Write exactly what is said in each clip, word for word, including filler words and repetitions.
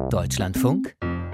Deutschlandfunk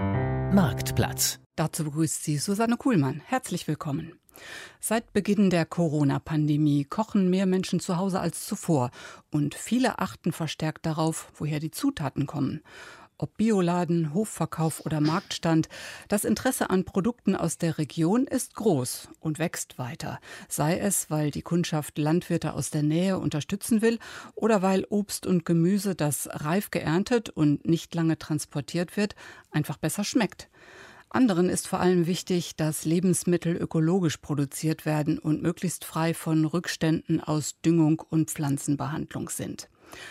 Marktplatz. Dazu begrüßt Sie Susanne Kuhlmann. Herzlich willkommen. Seit Beginn der Corona-Pandemie kochen mehr Menschen zu Hause als zuvor. Und viele achten verstärkt darauf, woher die Zutaten kommen. Ob Bioladen, Hofverkauf oder Marktstand, das Interesse an Produkten aus der Region ist groß und wächst weiter. Sei es, weil die Kundschaft Landwirte aus der Nähe unterstützen will oder weil Obst und Gemüse, das reif geerntet und nicht lange transportiert wird, einfach besser schmeckt. Anderen ist vor allem wichtig, dass Lebensmittel ökologisch produziert werden und möglichst frei von Rückständen aus Düngung und Pflanzenbehandlung sind.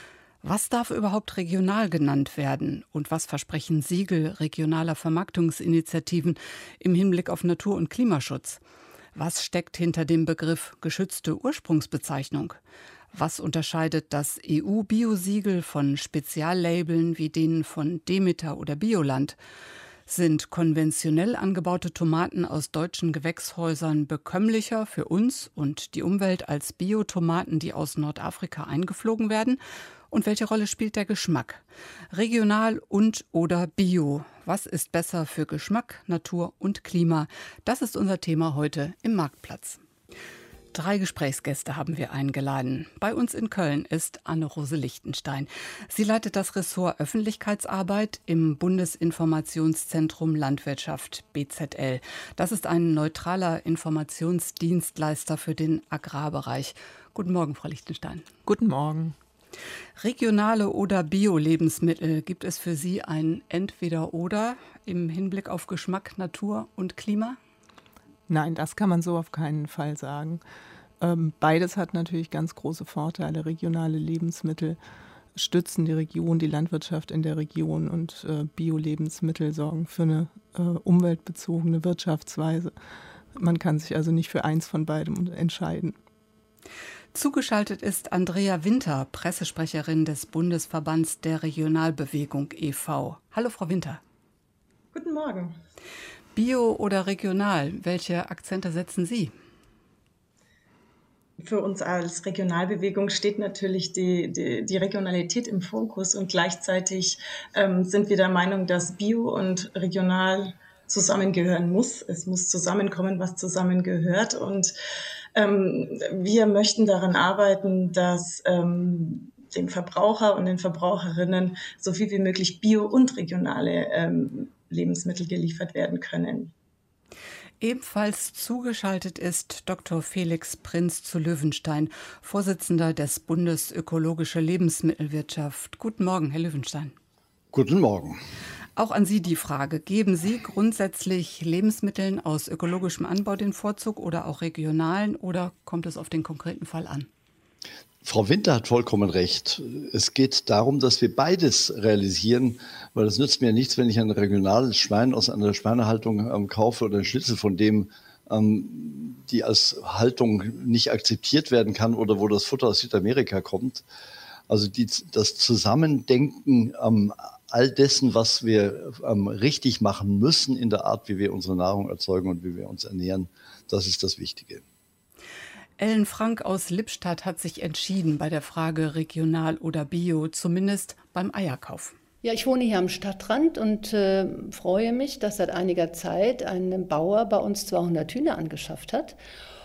Was darf überhaupt regional genannt werden und was versprechen Siegel regionaler Vermarktungsinitiativen im Hinblick auf Natur- und Klimaschutz? Was steckt hinter dem Begriff geschützte Ursprungsbezeichnung? Was unterscheidet das E U-Biosiegel von Speziallabeln wie denen von Demeter oder Bioland? Sind konventionell angebaute Tomaten aus deutschen Gewächshäusern bekömmlicher für uns und die Umwelt als Biotomaten, die aus Nordafrika eingeflogen werden? Und welche Rolle spielt der Geschmack? Regional und oder Bio? Was ist besser für Geschmack, Natur und Klima? Das ist unser Thema heute im Marktplatz. Drei Gesprächsgäste haben wir eingeladen. Bei uns in Köln ist Anne-Rose Lichtenstein. Sie leitet das Ressort Öffentlichkeitsarbeit im Bundesinformationszentrum Landwirtschaft B Z L. Das ist ein neutraler Informationsdienstleister für den Agrarbereich. Guten Morgen, Frau Lichtenstein. Guten Morgen. Regionale oder Bio-Lebensmittel, gibt es für Sie ein Entweder-Oder im Hinblick auf Geschmack, Natur und Klima? Nein, das kann man so auf keinen Fall sagen. Ähm, beides hat natürlich ganz große Vorteile. Regionale Lebensmittel stützen die Region, die Landwirtschaft in der Region und äh, Bio-Lebensmittel sorgen für eine äh, umweltbezogene Wirtschaftsweise. Man kann sich also nicht für eins von beidem entscheiden. Zugeschaltet ist Andrea Winter, Pressesprecherin des Bundesverbands der Regionalbewegung e V Hallo, Frau Winter. Guten Morgen. Bio oder regional, welche Akzente setzen Sie? Für uns als Regionalbewegung steht natürlich die, die, die Regionalität im Fokus und gleichzeitig ähm, sind wir der Meinung, dass Bio und regional zusammengehören muss. Es muss zusammenkommen, was zusammengehört und ähm, wir möchten daran arbeiten, dass ähm, dem Verbraucher und den Verbraucherinnen so viel wie möglich Bio- und regionale ähm, Lebensmittel geliefert werden können. Ebenfalls zugeschaltet ist Doktor Felix Prinz zu Löwenstein, Vorsitzender des Bundes Ökologische Lebensmittelwirtschaft. Guten Morgen, Herr Löwenstein. Guten Morgen. Auch an Sie die Frage, geben Sie grundsätzlich Lebensmitteln aus ökologischem Anbau den Vorzug oder auch regionalen oder kommt es auf den konkreten Fall an? Frau Winter hat vollkommen recht. Es geht darum, dass wir beides realisieren, weil es nützt mir nichts, wenn ich ein regionales Schwein aus einer Schweinehaltung ähm, kaufe oder einen Schnitzel von dem, ähm, die als Haltung nicht akzeptiert werden kann oder wo das Futter aus Südamerika kommt. Also die, das Zusammendenken ähm, all dessen, was wir ähm, richtig machen müssen in der Art, wie wir unsere Nahrung erzeugen und wie wir uns ernähren, das ist das Wichtige. Ellen Frank aus Lippstadt hat sich entschieden bei der Frage regional oder bio, zumindest beim Eierkauf. Ja, ich wohne hier am Stadtrand und äh, freue mich, dass seit einiger Zeit ein Bauer bei uns zweihundert Hühner angeschafft hat.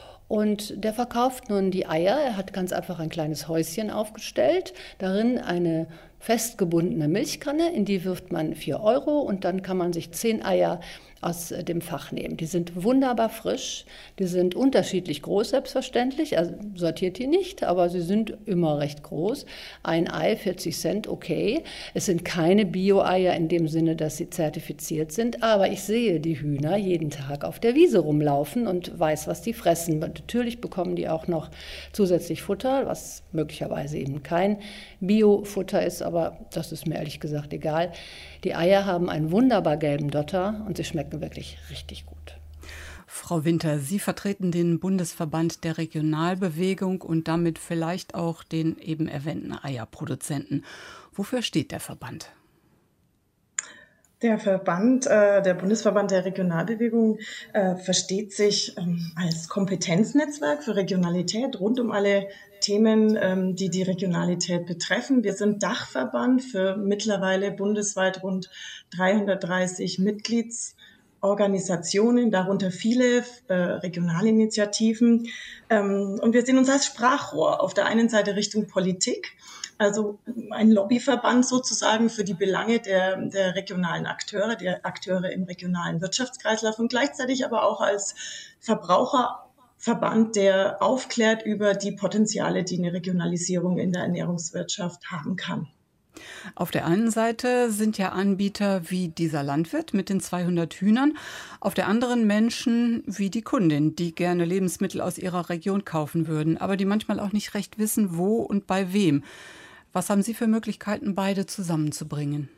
Und der verkauft nun die Eier. Er hat ganz einfach ein kleines Häuschen aufgestellt, darin eine festgebundene Milchkanne, in die wirft man vier Euro und dann kann man sich zehn Eier aus dem Fach nehmen. Die sind wunderbar frisch, die sind unterschiedlich groß, selbstverständlich, er sortiert die nicht, aber sie sind immer recht groß. Ein Ei, vierzig Cent, okay. Es sind keine Bio-Eier in dem Sinne, dass sie zertifiziert sind, aber ich sehe die Hühner jeden Tag auf der Wiese rumlaufen und weiß, was die fressen. Natürlich bekommen die auch noch zusätzlich Futter, was möglicherweise eben kein Bio-Futter ist, aber das ist mir ehrlich gesagt egal. Die Eier haben einen wunderbar gelben Dotter und sie schmecken wirklich richtig gut. Frau Winter, Sie vertreten den Bundesverband der Regionalbewegung und damit vielleicht auch den eben erwähnten Eierproduzenten. Wofür steht der Verband? Der Verband, äh, der Bundesverband der Regionalbewegung äh, versteht sich ähm, als Kompetenznetzwerk für Regionalität rund um alle Themen, ähm, die die Regionalität betreffen. Wir sind Dachverband für mittlerweile bundesweit rund dreihundertdreißig Mitgliedsorganisationen, darunter viele äh, Regionalinitiativen. Ähm, und wir sehen uns als Sprachrohr auf der einen Seite Richtung Politik, also ein Lobbyverband sozusagen für die Belange der, der regionalen Akteure, der Akteure im regionalen Wirtschaftskreislauf und gleichzeitig aber auch als Verbraucherverband, der aufklärt über die Potenziale, die eine Regionalisierung in der Ernährungswirtschaft haben kann. Auf der einen Seite sind ja Anbieter wie dieser Landwirt mit den zweihundert Hühnern, auf der anderen Menschen wie die Kundin, die gerne Lebensmittel aus ihrer Region kaufen würden, aber die manchmal auch nicht recht wissen, wo und bei wem. Was haben Sie für Möglichkeiten, beide zusammenzubringen?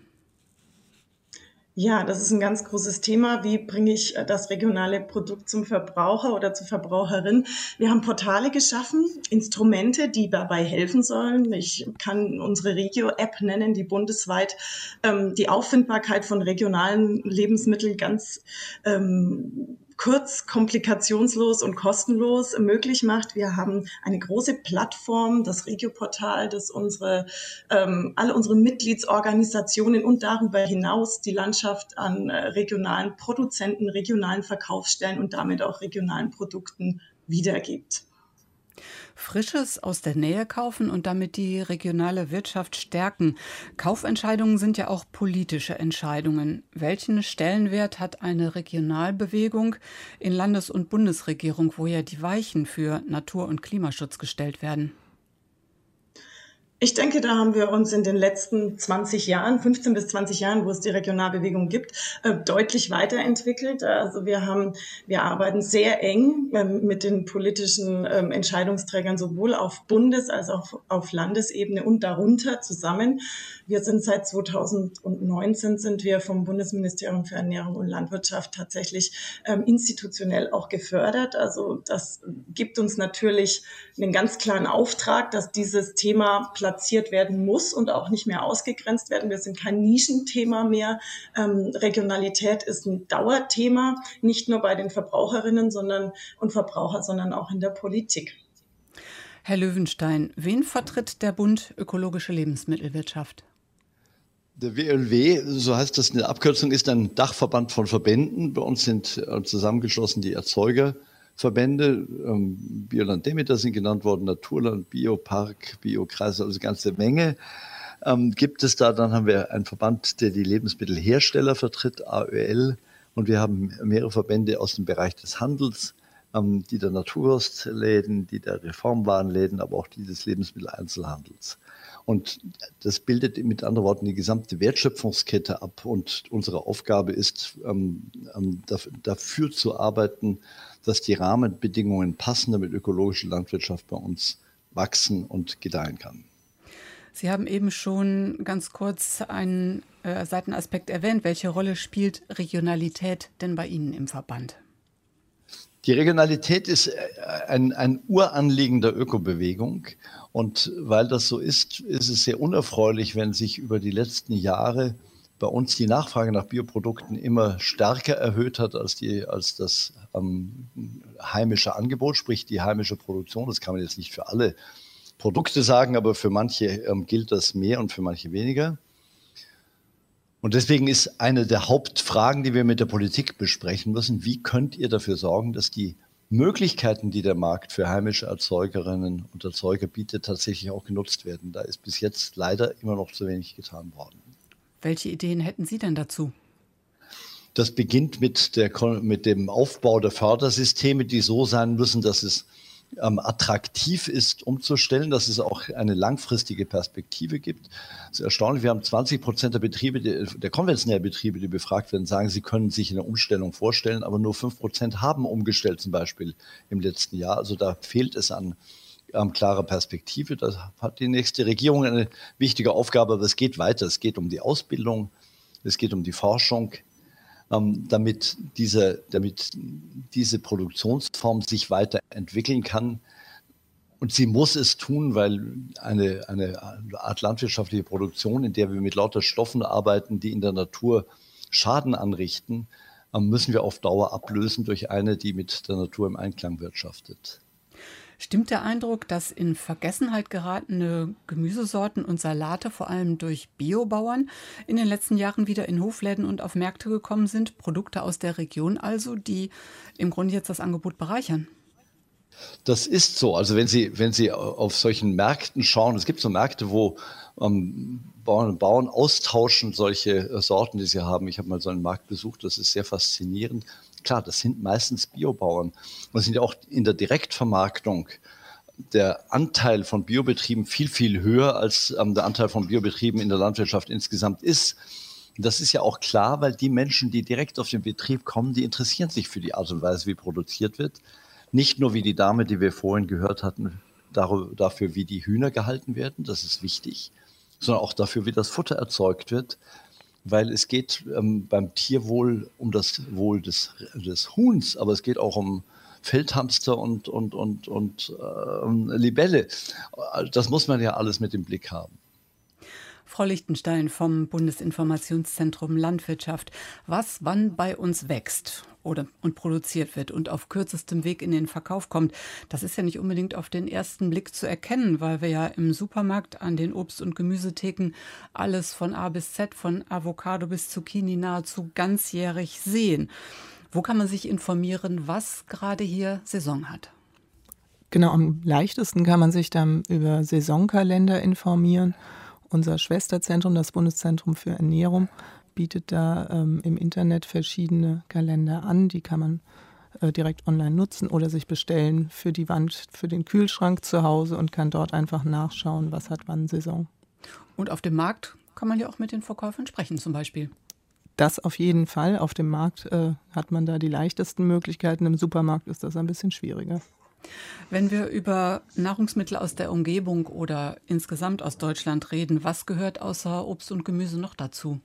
Ja, das ist ein ganz großes Thema. Wie bringe ich das regionale Produkt zum Verbraucher oder zur Verbraucherin? Wir haben Portale geschaffen, Instrumente, die dabei helfen sollen. Ich kann unsere Regio-App nennen, die bundesweit ähm, die Auffindbarkeit von regionalen Lebensmitteln ganz ähm, kurz, komplikationslos und kostenlos möglich macht. Wir haben eine große Plattform, das Regio-Portal, das unsere, ähm, alle unsere Mitgliedsorganisationen und darüber hinaus die Landschaft an äh, regionalen Produzenten, regionalen Verkaufsstellen und damit auch regionalen Produkten wiedergibt. Frisches aus der Nähe kaufen und damit die regionale Wirtschaft stärken. Kaufentscheidungen sind ja auch politische Entscheidungen. Welchen Stellenwert hat eine Regionalbewegung in Landes- und Bundesregierung, wo ja die Weichen für Natur- und Klimaschutz gestellt werden? Ich denke, da haben wir uns in den letzten zwanzig Jahren, fünfzehn bis zwanzig Jahren, wo es die Regionalbewegung gibt, deutlich weiterentwickelt. Also wir haben, wir arbeiten sehr eng mit den politischen Entscheidungsträgern sowohl auf Bundes- als auch auf Landesebene und darunter zusammen. Wir sind seit zweitausendneunzehn sind wir vom Bundesministerium für Ernährung und Landwirtschaft tatsächlich institutionell auch gefördert. Also das gibt uns natürlich einen ganz klaren Auftrag, dass dieses Thema platziert werden muss und auch nicht mehr ausgegrenzt werden. Wir sind kein Nischenthema mehr. Ähm, Regionalität ist ein Dauerthema, nicht nur bei den Verbraucherinnen sondern, und Verbrauchern, sondern auch in der Politik. Herr Löwenstein, wen vertritt der Bund Ökologische Lebensmittelwirtschaft? Der W L W, so heißt das in der Abkürzung, ist ein Dachverband von Verbänden. Bei uns sind zusammengeschlossen die Erzeugerverbände, ähm, Bioland Demeter sind genannt worden, Naturland, Biopark, Biokreis, also eine ganze Menge. Ähm, gibt es da, dann haben wir einen Verband, der die Lebensmittelhersteller vertritt, A Ö L, und wir haben mehrere Verbände aus dem Bereich des Handels, ähm, die der Naturkostläden, die der Reformwarenläden, aber auch die des Lebensmitteleinzelhandels. Und das bildet mit anderen Worten die gesamte Wertschöpfungskette ab. Und unsere Aufgabe ist, ähm, dafür zu arbeiten, dass die Rahmenbedingungen passen, damit ökologische Landwirtschaft bei uns wachsen und gedeihen kann. Sie haben eben schon ganz kurz einen äh, Seitenaspekt erwähnt. Welche Rolle spielt Regionalität denn bei Ihnen im Verband? Die Regionalität ist ein, ein Uranliegen der Ökobewegung. Und weil das so ist, ist es sehr unerfreulich, wenn sich über die letzten Jahre bei uns die Nachfrage nach Bioprodukten immer stärker erhöht hat als, die, als das ähm, heimische Angebot, sprich die heimische Produktion. Das kann man jetzt nicht für alle Produkte sagen, aber für manche ähm, gilt das mehr und für manche weniger. Und deswegen ist eine der Hauptfragen, die wir mit der Politik besprechen müssen, wie könnt ihr dafür sorgen, dass die Möglichkeiten, die der Markt für heimische Erzeugerinnen und Erzeuger bietet, tatsächlich auch genutzt werden. Da ist bis jetzt leider immer noch zu wenig getan worden. Welche Ideen hätten Sie denn dazu? Das beginnt mit, der, mit dem Aufbau der Fördersysteme, die so sein müssen, dass es ähm, attraktiv ist, umzustellen, dass es auch eine langfristige Perspektive gibt. Es ist erstaunlich, wir haben zwanzig Prozent der Betriebe, der, der konventionellen Betriebe, die befragt werden, sagen, sie können sich eine Umstellung vorstellen, aber nur fünf Prozent haben umgestellt, zum Beispiel im letzten Jahr. Also da fehlt es an ähm, klarer Perspektive. Da hat die nächste Regierung eine wichtige Aufgabe, aber es geht weiter. Es geht um die Ausbildung, es geht um die Forschung, damit diese, damit diese Produktionsform sich weiterentwickeln kann. Und sie muss es tun, weil eine, eine Art landwirtschaftliche Produktion, in der wir mit lauter Stoffen arbeiten, die in der Natur Schaden anrichten, müssen wir auf Dauer ablösen durch eine, die mit der Natur im Einklang wirtschaftet. Stimmt der Eindruck, dass in Vergessenheit geratene Gemüsesorten und Salate vor allem durch Biobauern in den letzten Jahren wieder in Hofläden und auf Märkte gekommen sind? Produkte aus der Region also, die im Grunde jetzt das Angebot bereichern? Das ist so. Also wenn Sie, wenn Sie auf solchen Märkten schauen, es gibt so Märkte, wo ähm, Bauern und Bauern austauschen solche äh, Sorten, die sie haben. Ich habe mal so einen Markt besucht, das ist sehr faszinierend. Klar, das sind meistens Biobauern. Und sind ja auch in der Direktvermarktung der Anteil von Biobetrieben viel, viel höher, als ähm, der Anteil von Biobetrieben in der Landwirtschaft insgesamt ist. Und das ist ja auch klar, weil die Menschen, die direkt auf den Betrieb kommen, die interessieren sich für die Art und Weise, wie produziert wird. Nicht nur wie die Dame, die wir vorhin gehört hatten, dafür, wie die Hühner gehalten werden, das ist wichtig, sondern auch dafür, wie das Futter erzeugt wird. Weil es geht ähm, beim Tierwohl um das Wohl des, des Huhns, aber es geht auch um Feldhamster und, und, und, und äh, Libelle. Das muss man ja alles mit im Blick haben. Frau Lichtenstein vom Bundesinformationszentrum Landwirtschaft. Was wann bei uns wächst oder und produziert wird und auf kürzestem Weg in den Verkauf kommt, das ist ja nicht unbedingt auf den ersten Blick zu erkennen, weil wir ja im Supermarkt an den Obst- und Gemüsetheken alles von A bis Z, von Avocado bis Zucchini nahezu ganzjährig sehen. Wo kann man sich informieren, was gerade hier Saison hat? Genau, am leichtesten kann man sich dann über Saisonkalender informieren. Unser Schwesterzentrum, das Bundeszentrum für Ernährung, bietet da ähm, im Internet verschiedene Kalender an. Die kann man äh, direkt online nutzen oder sich bestellen für die Wand, für den Kühlschrank zu Hause und kann dort einfach nachschauen, was hat wann Saison. Und auf dem Markt kann man ja auch mit den Verkäufern sprechen zum Beispiel. Das auf jeden Fall. Auf dem Markt äh, hat man da die leichtesten Möglichkeiten. Im Supermarkt ist das ein bisschen schwieriger. Wenn wir über Nahrungsmittel aus der Umgebung oder insgesamt aus Deutschland reden, was gehört außer Obst und Gemüse noch dazu?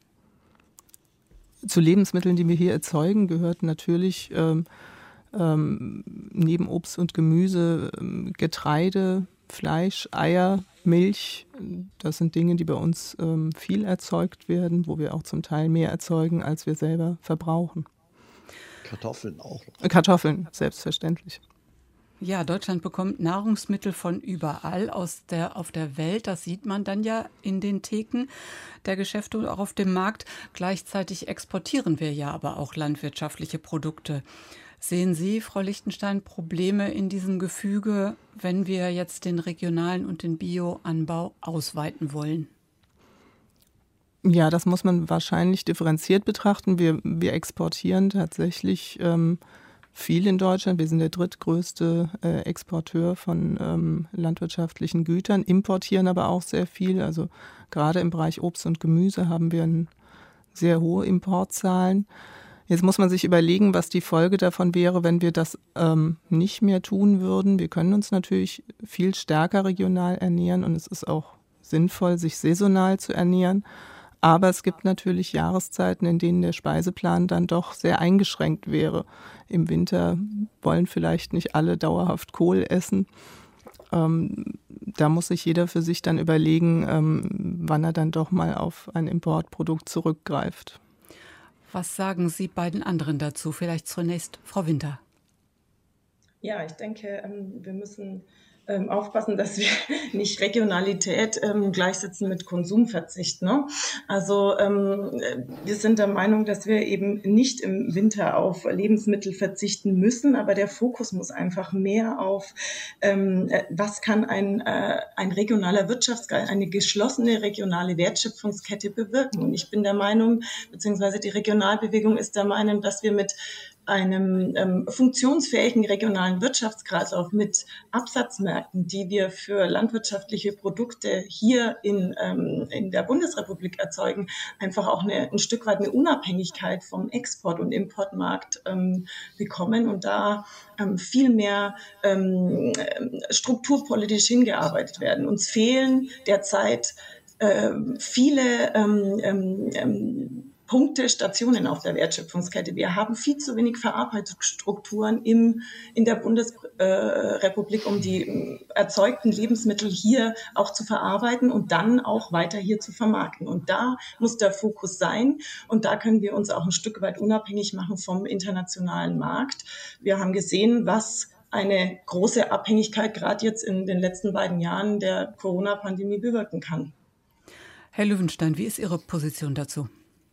Zu Lebensmitteln, die wir hier erzeugen, gehört natürlich ähm, ähm, neben Obst und Gemüse ähm, Getreide, Fleisch, Eier, Milch. Das sind Dinge, die bei uns ähm, viel erzeugt werden, wo wir auch zum Teil mehr erzeugen, als wir selber verbrauchen. Kartoffeln auch. Kartoffeln, selbstverständlich. Ja, Deutschland bekommt Nahrungsmittel von überall aus der, auf der Welt. Das sieht man dann ja in den Theken der Geschäfte und auch auf dem Markt. Gleichzeitig exportieren wir ja aber auch landwirtschaftliche Produkte. Sehen Sie, Frau Lichtenstein, Probleme in diesem Gefüge, wenn wir jetzt den regionalen und den Bioanbau ausweiten wollen? Ja, das muss man wahrscheinlich differenziert betrachten. Wir, wir exportieren tatsächlich ähm, viel in Deutschland. Wir sind der drittgrößte äh, Exporteur von ähm, landwirtschaftlichen Gütern, importieren aber auch sehr viel. Also gerade im Bereich Obst und Gemüse haben wir ein, sehr hohe Importzahlen. Jetzt muss man sich überlegen, was die Folge davon wäre, wenn wir das ähm, nicht mehr tun würden. Wir können uns natürlich viel stärker regional ernähren und es ist auch sinnvoll, sich saisonal zu ernähren. Aber es gibt natürlich Jahreszeiten, in denen der Speiseplan dann doch sehr eingeschränkt wäre. Im Winter wollen vielleicht nicht alle dauerhaft Kohl essen. Ähm, da muss sich jeder für sich dann überlegen, ähm, wann er dann doch mal auf ein Importprodukt zurückgreift. Was sagen Sie beiden anderen dazu? Vielleicht zunächst Frau Winter. Ja, ich denke, wir müssen aufpassen, dass wir nicht Regionalität ähm, gleichsetzen mit Konsumverzicht. Ne? Also ähm, wir sind der Meinung, dass wir eben nicht im Winter auf Lebensmittel verzichten müssen, aber der Fokus muss einfach mehr auf, ähm, was kann ein, äh, ein regionaler Wirtschaftsgeist, eine geschlossene regionale Wertschöpfungskette bewirken. Und ich bin der Meinung, beziehungsweise die Regionalbewegung ist der Meinung, dass wir mit einem ähm, funktionsfähigen regionalen Wirtschaftskreislauf mit Absatzmärkten, die wir für landwirtschaftliche Produkte hier in, ähm, in der Bundesrepublik erzeugen, einfach auch eine, ein Stück weit eine Unabhängigkeit vom Export- und Importmarkt ähm, bekommen und da ähm, viel mehr ähm, strukturpolitisch hingearbeitet werden. Uns fehlen derzeit äh, viele ähm, ähm, Punkte, Stationen auf der Wertschöpfungskette. Wir haben viel zu wenig Verarbeitungsstrukturen im, in der Bundesrepublik, um die erzeugten Lebensmittel hier auch zu verarbeiten und dann auch weiter hier zu vermarkten. Und da muss der Fokus sein. Und da können wir uns auch ein Stück weit unabhängig machen vom internationalen Markt. Wir haben gesehen, was eine große Abhängigkeit gerade jetzt in den letzten beiden Jahren der Corona-Pandemie bewirken kann. Herr Löwenstein, wie ist Ihre Position dazu?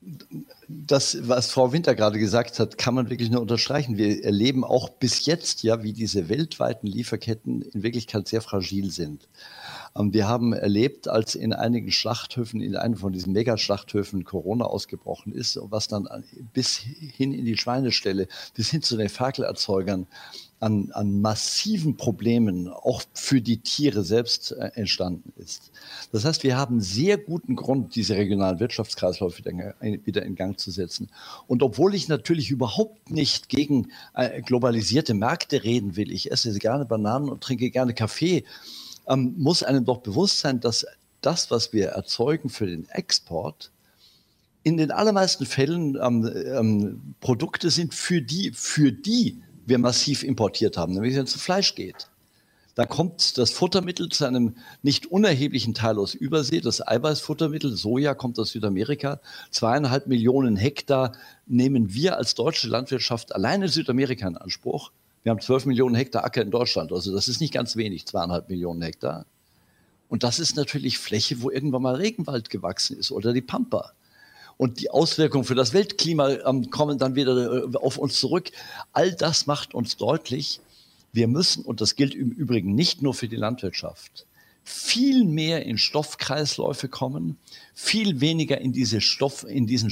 Das, was Frau Winter gerade gesagt hat, kann man wirklich nur unterstreichen. Wir erleben auch bis jetzt, ja, wie diese weltweiten Lieferketten in Wirklichkeit sehr fragil sind. Wir haben erlebt, als in einigen Schlachthöfen, in einem von diesen Megaschlachthöfen Corona ausgebrochen ist, was dann bis hin in die Schweineställe, bis hin zu den Ferkelerzeugern An, an massiven Problemen auch für die Tiere selbst äh, entstanden ist. Das heißt, wir haben sehr guten Grund, diese regionalen Wirtschaftskreisläufe wieder, wieder in Gang zu setzen. Und obwohl ich natürlich überhaupt nicht gegen äh, globalisierte Märkte reden will, ich esse gerne Bananen und trinke gerne Kaffee, ähm, muss einem doch bewusst sein, dass das, was wir erzeugen für den Export, in den allermeisten Fällen ähm, ähm, Produkte sind, für die, für die wir massiv importiert haben, nämlich wenn es um Fleisch geht. Da kommt das Futtermittel zu einem nicht unerheblichen Teil aus Übersee. Das Eiweißfuttermittel, Soja, kommt aus Südamerika. Zweieinhalb Millionen Hektar nehmen wir als deutsche Landwirtschaft allein in Südamerika in Anspruch. Wir haben zwölf Millionen Hektar Acker in Deutschland. Also das ist nicht ganz wenig, zweieinhalb Millionen Hektar. Und das ist natürlich Fläche, wo irgendwann mal Regenwald gewachsen ist oder die Pampa. Und die Auswirkungen für das Weltklima ähm, kommen dann wieder äh, auf uns zurück. All das macht uns deutlich, wir müssen, und das gilt im Übrigen nicht nur für die Landwirtschaft, viel mehr in Stoffkreisläufe kommen, viel weniger in diese Stoff, in diesen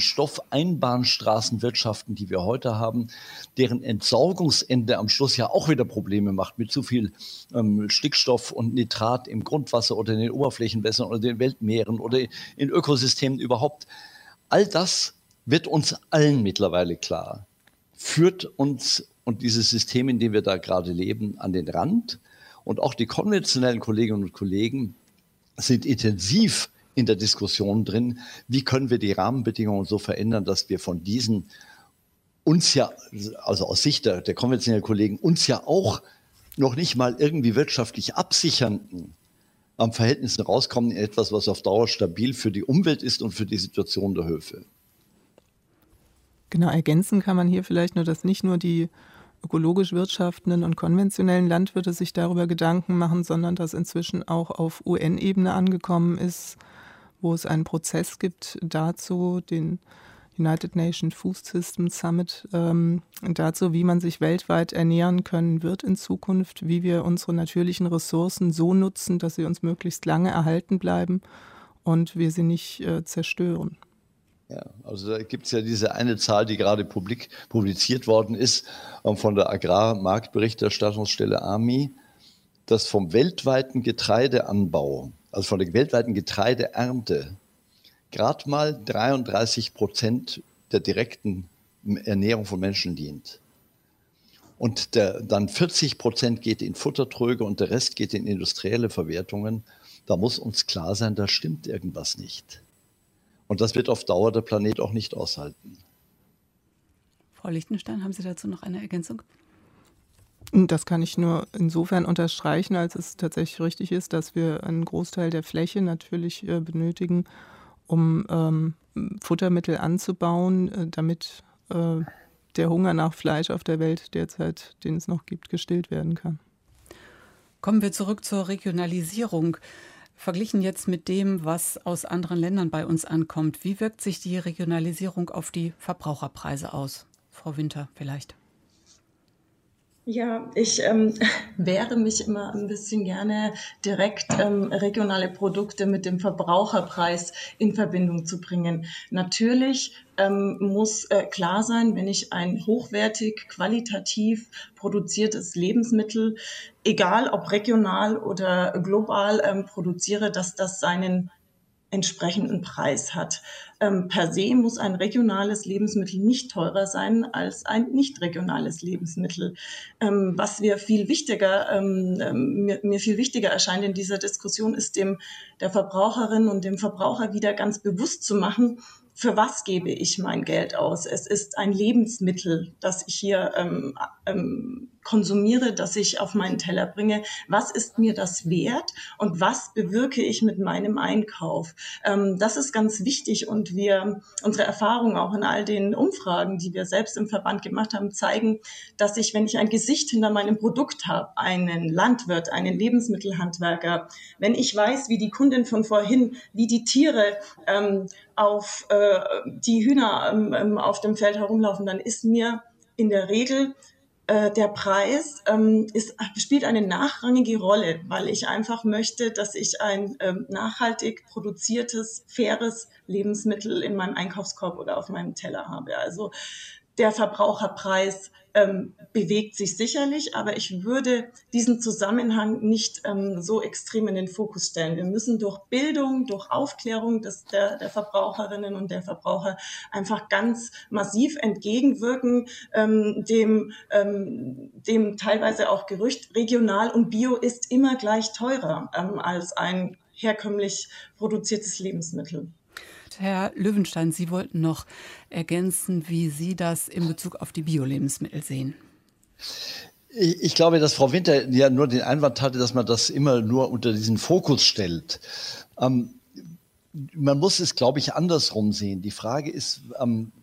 Stoffeinbahnstraßenwirtschaften, die wir heute haben, deren Entsorgungsende am Schluss ja auch wieder Probleme macht mit zu viel ähm, Stickstoff und Nitrat im Grundwasser oder in den Oberflächenwässern oder den Weltmeeren oder in Ökosystemen überhaupt. All das wird uns allen mittlerweile klar, führt uns und dieses System, in dem wir da gerade leben, an den Rand. Und auch die konventionellen Kolleginnen und Kollegen sind intensiv in der Diskussion drin, wie können wir die Rahmenbedingungen so verändern, dass wir von diesen uns ja, also aus Sicht der, der konventionellen Kollegen, uns ja auch noch nicht mal irgendwie wirtschaftlich absichernden am Verhältnissen rauskommen in etwas, was auf Dauer stabil für die Umwelt ist und für die Situation der Höfe. Genau, ergänzen kann man hier vielleicht nur, dass nicht nur die ökologisch wirtschaftenden und konventionellen Landwirte sich darüber Gedanken machen, sondern dass inzwischen auch auf U N-Ebene angekommen ist, wo es einen Prozess gibt dazu, den United Nations Food System Summit, ähm, dazu, wie man sich weltweit ernähren können wird in Zukunft, wie wir unsere natürlichen Ressourcen so nutzen, dass sie uns möglichst lange erhalten bleiben und wir sie nicht äh, zerstören. Ja, also da gibt es ja diese eine Zahl, die gerade publik, publiziert worden ist ähm, von der Agrarmarktberichterstattungsstelle A M I, dass vom weltweiten Getreideanbau, also von der weltweiten Getreideernte, gerade mal dreiunddreißig Prozent der direkten Ernährung von Menschen dient. Und der, dann vierzig Prozent geht in Futtertröge und der Rest geht in industrielle Verwertungen. Da muss uns klar sein, da stimmt irgendwas nicht. Und das wird auf Dauer der Planet auch nicht aushalten. Frau Lichtenstein, haben Sie dazu noch eine Ergänzung? Das kann ich nur insofern unterstreichen, als es tatsächlich richtig ist, dass wir einen Großteil der Fläche natürlich äh, benötigen, um ähm, Futtermittel anzubauen, äh, damit äh, der Hunger nach Fleisch auf der Welt derzeit, den es noch gibt, gestillt werden kann. Kommen wir zurück zur Regionalisierung. Verglichen jetzt mit dem, was aus anderen Ländern bei uns ankommt, wie wirkt sich die Regionalisierung auf die Verbraucherpreise aus? Frau Winter vielleicht. Ja, ich ähm, wehre mich immer ein bisschen gerne, direkt ähm, regionale Produkte mit dem Verbraucherpreis in Verbindung zu bringen. Natürlich ähm, muss äh, klar sein, wenn ich ein hochwertig, qualitativ produziertes Lebensmittel, egal ob regional oder global ähm, produziere, dass das seinen entsprechenden Preis hat. Ähm, per se muss ein regionales Lebensmittel nicht teurer sein als ein nicht regionales Lebensmittel. Ähm, was wir viel wichtiger, ähm, mir, mir viel wichtiger erscheint in dieser Diskussion, ist dem der Verbraucherin und dem Verbraucher wieder ganz bewusst zu machen, für was gebe ich mein Geld aus? Es ist ein Lebensmittel, das ich hier ähm, ähm, konsumiere, das ich auf meinen Teller bringe. Was ist mir das wert und was bewirke ich mit meinem Einkauf? Ähm, das ist ganz wichtig und wir, unsere Erfahrungen auch in all den Umfragen, die wir selbst im Verband gemacht haben, zeigen, dass ich, wenn ich ein Gesicht hinter meinem Produkt habe, einen Landwirt, einen Lebensmittelhandwerker, wenn ich weiß, wie die Kundin von vorhin, wie die Tiere ähm, auf äh, die Hühner ähm, auf dem Feld herumlaufen, dann ist mir in der Regel der Preis ähm, ist, spielt eine nachrangige Rolle, weil ich einfach möchte, dass ich ein ähm, nachhaltig produziertes, faires Lebensmittel in meinem Einkaufskorb oder auf meinem Teller habe. Also der Verbraucherpreis ähm, bewegt sich sicherlich, aber ich würde diesen Zusammenhang nicht ähm, so extrem in den Fokus stellen. Wir müssen durch Bildung, durch Aufklärung des, der, der Verbraucherinnen und der Verbraucher einfach ganz massiv entgegenwirken, ähm, dem, ähm, dem teilweise auch Gerücht, regional und bio ist immer gleich teurer ähm, als ein herkömmlich produziertes Lebensmittel. Herr Löwenstein, Sie wollten noch ergänzen, wie Sie das in Bezug auf die Bio-Lebensmittel sehen. Ich, ich glaube, dass Frau Winter ja nur den Einwand hatte, dass man das immer nur unter diesen Fokus stellt. Ähm, man muss es, glaube ich, andersrum sehen. Die Frage ist, ähm,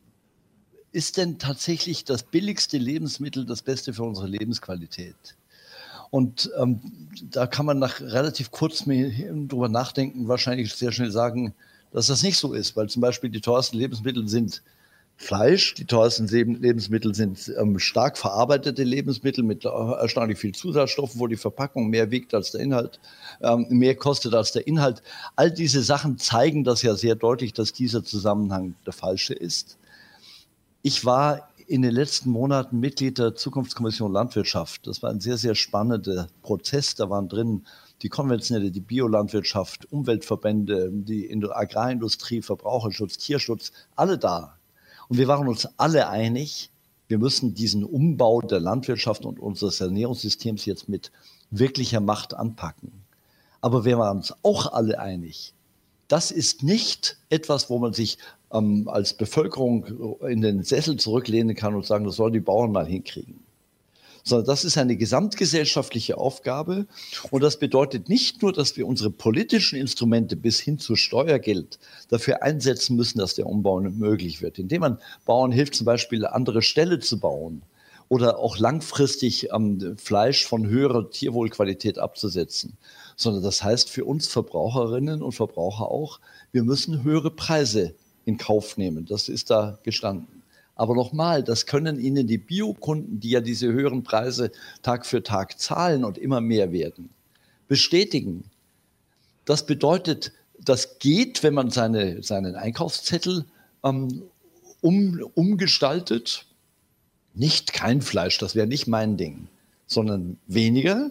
ist denn tatsächlich das billigste Lebensmittel das Beste für unsere Lebensqualität? Und ähm, da kann man nach relativ kurz drüber nachdenken, wahrscheinlich sehr schnell sagen, dass das nicht so ist, weil zum Beispiel die teuersten Lebensmittel sind Fleisch, die teuersten Lebensmittel sind ähm, stark verarbeitete Lebensmittel mit erstaunlich viel Zusatzstoffen, wo die Verpackung mehr wiegt als der Inhalt, ähm, mehr kostet als der Inhalt. All diese Sachen zeigen das ja sehr deutlich, dass dieser Zusammenhang der falsche ist. Ich war in den letzten Monaten Mitglied der Zukunftskommission Landwirtschaft. Das war ein sehr, sehr spannender Prozess. Da waren drin die konventionelle, die Biolandwirtschaft, Umweltverbände, die Agrarindustrie, Verbraucherschutz, Tierschutz, alle da. Und wir waren uns alle einig, wir müssen diesen Umbau der Landwirtschaft und unseres Ernährungssystems jetzt mit wirklicher Macht anpacken. Aber wir waren uns auch alle einig, das ist nicht etwas, wo man sich ähm, als Bevölkerung in den Sessel zurücklehnen kann und sagen, das sollen die Bauern mal hinkriegen. Sondern das ist eine gesamtgesellschaftliche Aufgabe. Und das bedeutet nicht nur, dass wir unsere politischen Instrumente bis hin zu Steuergeld dafür einsetzen müssen, dass der Umbau möglich wird. Indem man Bauern hilft, zum Beispiel andere Ställe zu bauen oder auch langfristig ähm, Fleisch von höherer Tierwohlqualität abzusetzen. Sondern das heißt für uns Verbraucherinnen und Verbraucher auch, wir müssen höhere Preise in Kauf nehmen. Das ist da gestanden. Aber nochmal, das können Ihnen die Biokunden, die ja diese höheren Preise Tag für Tag zahlen und immer mehr werden, bestätigen. Das bedeutet, das geht, wenn man seine, seinen Einkaufszettel ähm, um, umgestaltet. Nicht kein Fleisch, das wäre nicht mein Ding, sondern weniger,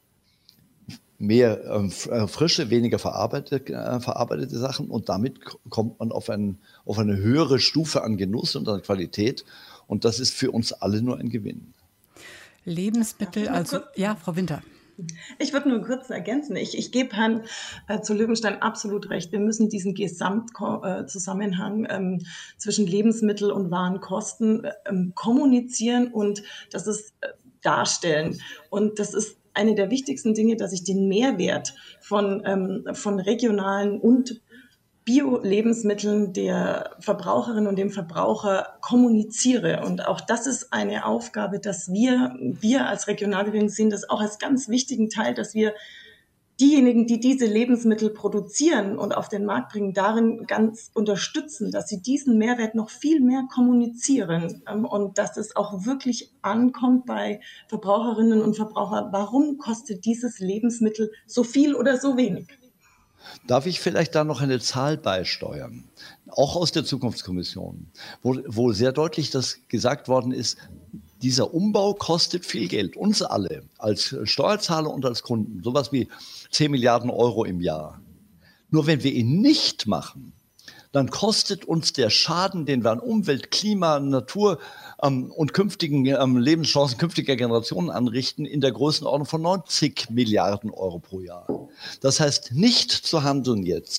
mehr äh, frische, weniger verarbeitete, äh, verarbeitete Sachen und damit kommt man auf, ein, auf eine höhere Stufe an Genuss und an Qualität und das ist für uns alle nur ein Gewinn. Lebensmittel, also, ja, Frau Winter. Ich würde nur kurz ergänzen. Ich, ich gebe Herrn äh, zu Löwenstein absolut recht. Wir müssen diesen Gesamtzusammenhang ähm, zwischen Lebensmittel und Warenkosten ähm, kommunizieren und das ist äh, darstellen. Und das ist eine der wichtigsten Dinge, dass ich den Mehrwert von, ähm, von regionalen und Bio-Lebensmitteln der Verbraucherin und dem Verbraucher kommuniziere. Und auch das ist eine Aufgabe, dass wir, wir als Regionalbewegung sehen das auch als ganz wichtigen Teil, dass wir diejenigen, die diese Lebensmittel produzieren und auf den Markt bringen, darin ganz unterstützen, dass sie diesen Mehrwert noch viel mehr kommunizieren und dass es auch wirklich ankommt bei Verbraucherinnen und Verbrauchern, warum kostet dieses Lebensmittel so viel oder so wenig? Darf ich vielleicht da noch eine Zahl beisteuern, auch aus der Zukunftskommission, wo, wo sehr deutlich das gesagt worden ist, dieser Umbau kostet viel Geld, uns alle, als Steuerzahler und als Kunden, sowas wie zehn Milliarden Euro im Jahr. Nur wenn wir ihn nicht machen, dann kostet uns der Schaden, den wir an Umwelt, Klima, Natur ähm, und künftigen ähm, Lebenschancen künftiger Generationen anrichten, in der Größenordnung von neunzig Milliarden Euro pro Jahr. Das heißt, nicht zu handeln jetzt,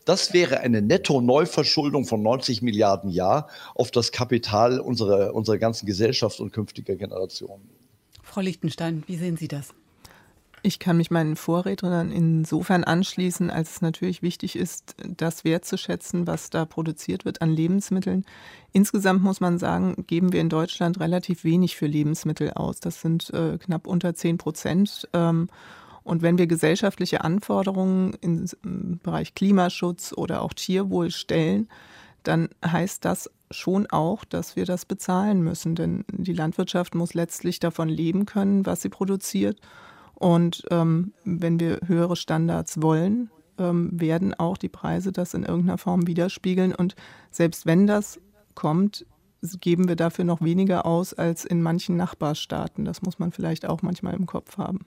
Das wäre eine Netto-Neuverschuldung von neunzig Milliarden Jahr auf das Kapital unserer, unserer ganzen Gesellschaft und künftiger Generationen. Frau Lichtenstein, wie sehen Sie das? Ich kann mich meinen Vorrednern insofern anschließen, als es natürlich wichtig ist, das wertzuschätzen, was da produziert wird an Lebensmitteln. Insgesamt muss man sagen, geben wir in Deutschland relativ wenig für Lebensmittel aus. Das sind äh, knapp unter zehn Prozent. Ähm, und wenn wir gesellschaftliche Anforderungen im Bereich Klimaschutz oder auch Tierwohl stellen, dann heißt das schon auch, dass wir das bezahlen müssen. Denn die Landwirtschaft muss letztlich davon leben können, was sie produziert. Und ähm, wenn wir höhere Standards wollen, ähm, werden auch die Preise das in irgendeiner Form widerspiegeln. Und selbst wenn das kommt, geben wir dafür noch weniger aus als in manchen Nachbarstaaten. Das muss man vielleicht auch manchmal im Kopf haben.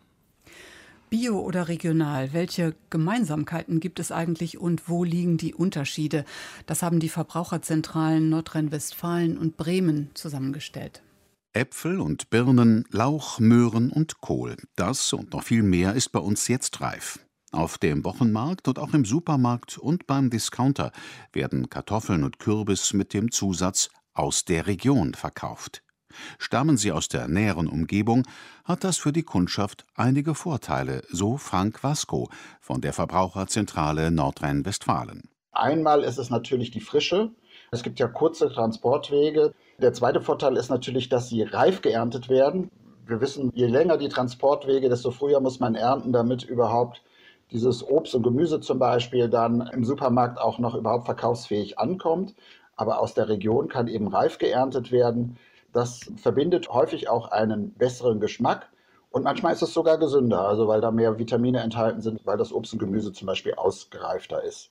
Bio oder regional, welche Gemeinsamkeiten gibt es eigentlich und wo liegen die Unterschiede? Das haben die Verbraucherzentralen Nordrhein-Westfalen und Bremen zusammengestellt. Äpfel und Birnen, Lauch, Möhren und Kohl. Das und noch viel mehr ist bei uns jetzt reif. Auf dem Wochenmarkt und auch im Supermarkt und beim Discounter werden Kartoffeln und Kürbis mit dem Zusatz „aus der Region“ verkauft. Stammen sie aus der näheren Umgebung, hat das für die Kundschaft einige Vorteile, so Frank Wasko von der Verbraucherzentrale Nordrhein-Westfalen. Einmal ist es natürlich die Frische. Es gibt ja kurze Transportwege. Der zweite Vorteil ist natürlich, dass sie reif geerntet werden. Wir wissen, je länger die Transportwege, desto früher muss man ernten, damit überhaupt dieses Obst und Gemüse zum Beispiel dann im Supermarkt auch noch überhaupt verkaufsfähig ankommt. Aber aus der Region kann eben reif geerntet werden. Das verbindet häufig auch einen besseren Geschmack. Und manchmal ist es sogar gesünder, also weil da mehr Vitamine enthalten sind, weil das Obst und Gemüse zum Beispiel ausgereifter ist.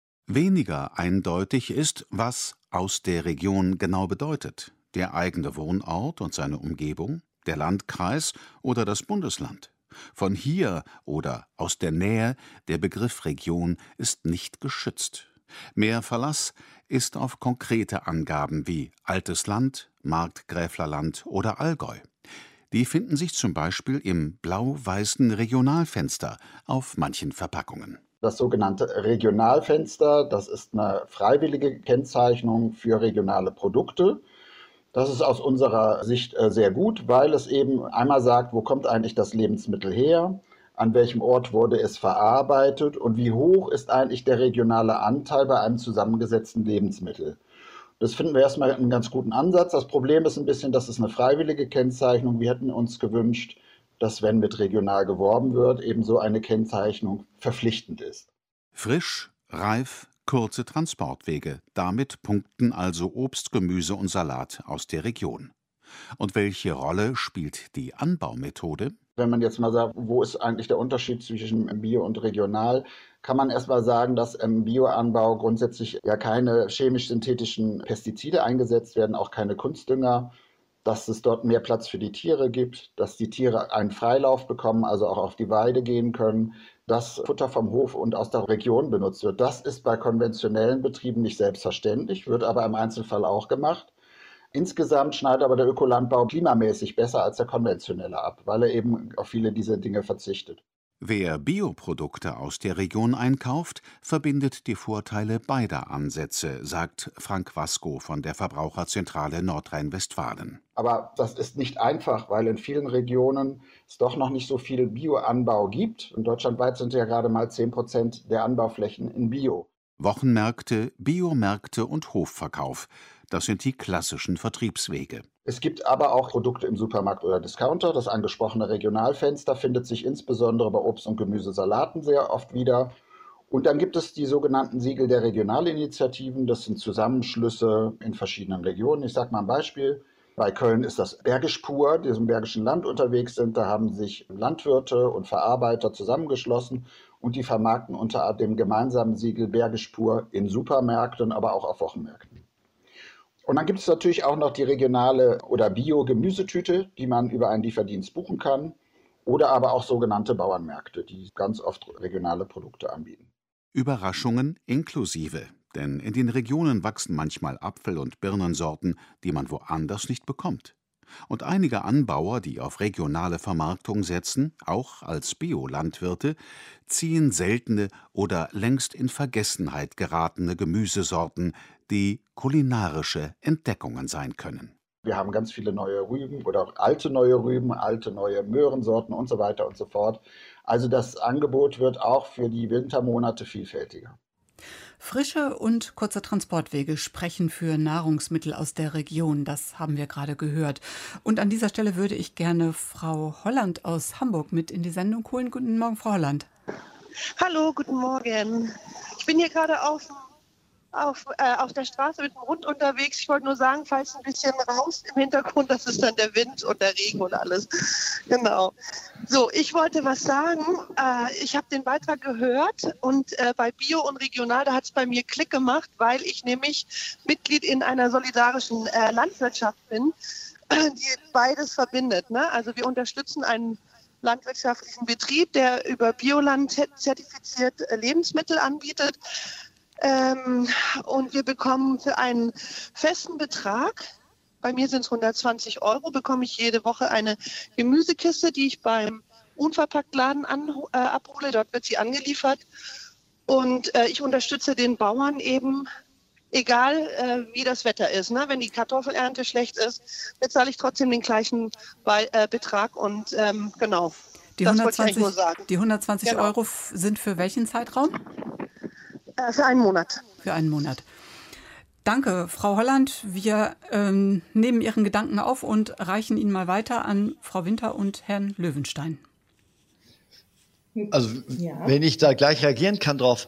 Weniger eindeutig ist, was „aus der Region“ genau bedeutet. Der eigene Wohnort und seine Umgebung, der Landkreis oder das Bundesland. Von hier oder aus der Nähe, der Begriff Region ist nicht geschützt. Mehr Verlass ist auf konkrete Angaben wie Altes Land, Markgräflerland oder Allgäu. Die finden sich zum Beispiel im blau-weißen Regionalfenster auf manchen Verpackungen. Das sogenannte Regionalfenster, das ist eine freiwillige Kennzeichnung für regionale Produkte. Das ist aus unserer Sicht sehr gut, weil es eben einmal sagt, wo kommt eigentlich das Lebensmittel her, an welchem Ort wurde es verarbeitet und wie hoch ist eigentlich der regionale Anteil bei einem zusammengesetzten Lebensmittel. Das finden wir erstmal einen ganz guten Ansatz. Das Problem ist ein bisschen, dass es eine freiwillige Kennzeichnung. Wir hätten uns gewünscht, dass, wenn mit regional geworben wird, eben so eine Kennzeichnung verpflichtend ist. Frisch, reif, kurze Transportwege. Damit punkten also Obst, Gemüse und Salat aus der Region. Und welche Rolle spielt die Anbaumethode? Wenn man jetzt mal sagt, wo ist eigentlich der Unterschied zwischen Bio und Regional, kann man erst mal sagen, dass im Bioanbau grundsätzlich ja keine chemisch-synthetischen Pestizide eingesetzt werden, auch keine Kunstdünger, dass es dort mehr Platz für die Tiere gibt, dass die Tiere einen Freilauf bekommen, also auch auf die Weide gehen können, dass Futter vom Hof und aus der Region benutzt wird. Das ist bei konventionellen Betrieben nicht selbstverständlich, wird aber im Einzelfall auch gemacht. Insgesamt schneidet aber der Ökolandbau klimamäßig besser als der konventionelle ab, weil er eben auf viele dieser Dinge verzichtet. Wer Bioprodukte aus der Region einkauft, verbindet die Vorteile beider Ansätze, sagt Frank Wasko von der Verbraucherzentrale Nordrhein-Westfalen. Aber das ist nicht einfach, weil in vielen Regionen es doch noch nicht so viel Bioanbau gibt. Und deutschlandweit sind ja gerade mal zehn Prozent der Anbauflächen in Bio. Wochenmärkte, Biomärkte und Hofverkauf. Das sind die klassischen Vertriebswege. Es gibt aber auch Produkte im Supermarkt oder Discounter. Das angesprochene Regionalfenster findet sich insbesondere bei Obst- und Gemüsesalaten sehr oft wieder. Und dann gibt es die sogenannten Siegel der Regionalinitiativen. Das sind Zusammenschlüsse in verschiedenen Regionen. Ich sage mal ein Beispiel. Bei Köln ist das Bergisch Pur, die im Bergischen Land unterwegs sind. Da haben sich Landwirte und Verarbeiter zusammengeschlossen und die vermarkten unter dem gemeinsamen Siegel Bergisch Pur in Supermärkten, aber auch auf Wochenmärkten. Und dann gibt es natürlich auch noch die regionale oder Bio-Gemüsetüte, die man über einen Lieferdienst buchen kann. Oder aber auch sogenannte Bauernmärkte, die ganz oft regionale Produkte anbieten. Überraschungen inklusive. Denn in den Regionen wachsen manchmal Apfel- und Birnensorten, die man woanders nicht bekommt. Und einige Anbauer, die auf regionale Vermarktung setzen, auch als Biolandwirte, ziehen seltene oder längst in Vergessenheit geratene Gemüsesorten, die kulinarische Entdeckungen sein können. Wir haben ganz viele neue Rüben oder auch alte neue Rüben, alte neue Möhrensorten und so weiter und so fort. Also das Angebot wird auch für die Wintermonate vielfältiger. Frische und kurze Transportwege sprechen für Nahrungsmittel aus der Region. Das haben wir gerade gehört. Und an dieser Stelle würde ich gerne Frau Holland aus Hamburg mit in die Sendung holen. Guten Morgen, Frau Holland. Hallo, guten Morgen. Ich bin hier gerade auf, auf, äh, auf der Straße mit dem Hund unterwegs. Ich wollte nur sagen, falls ein bisschen raus im Hintergrund, das ist dann der Wind und der Regen und alles. Genau. So, ich wollte was sagen. Äh, ich habe den Beitrag gehört und äh, bei Bio und Regional, da hat es bei mir Klick gemacht, weil ich nämlich Mitglied in einer solidarischen äh, Landwirtschaft bin, die beides verbindet. Ne? Also wir unterstützen einen landwirtschaftlichen Betrieb, der über Bioland zertifiziert äh, Lebensmittel anbietet. Ähm, und wir bekommen für einen festen Betrag, bei mir sind es hundertzwanzig Euro, bekomme ich jede Woche eine Gemüsekiste, die ich beim Unverpacktladen an, äh, abhole. Dort wird sie angeliefert. Und äh, ich unterstütze den Bauern eben, egal äh, wie das Wetter ist. Ne? Wenn die Kartoffelernte schlecht ist, bezahle ich trotzdem den gleichen Be- äh, Betrag. Und ähm, genau, die das hundertzwanzig, wollte ich eigentlich nur sagen. Die hundertzwanzig Genau. Euro f- sind für welchen Zeitraum? Äh, für einen Monat. Für einen Monat. Danke, Frau Holland. Wir ähm, nehmen Ihren Gedanken auf und reichen ihn mal weiter an Frau Winter und Herrn Löwenstein. Also, ja. Wenn ich da gleich reagieren kann drauf.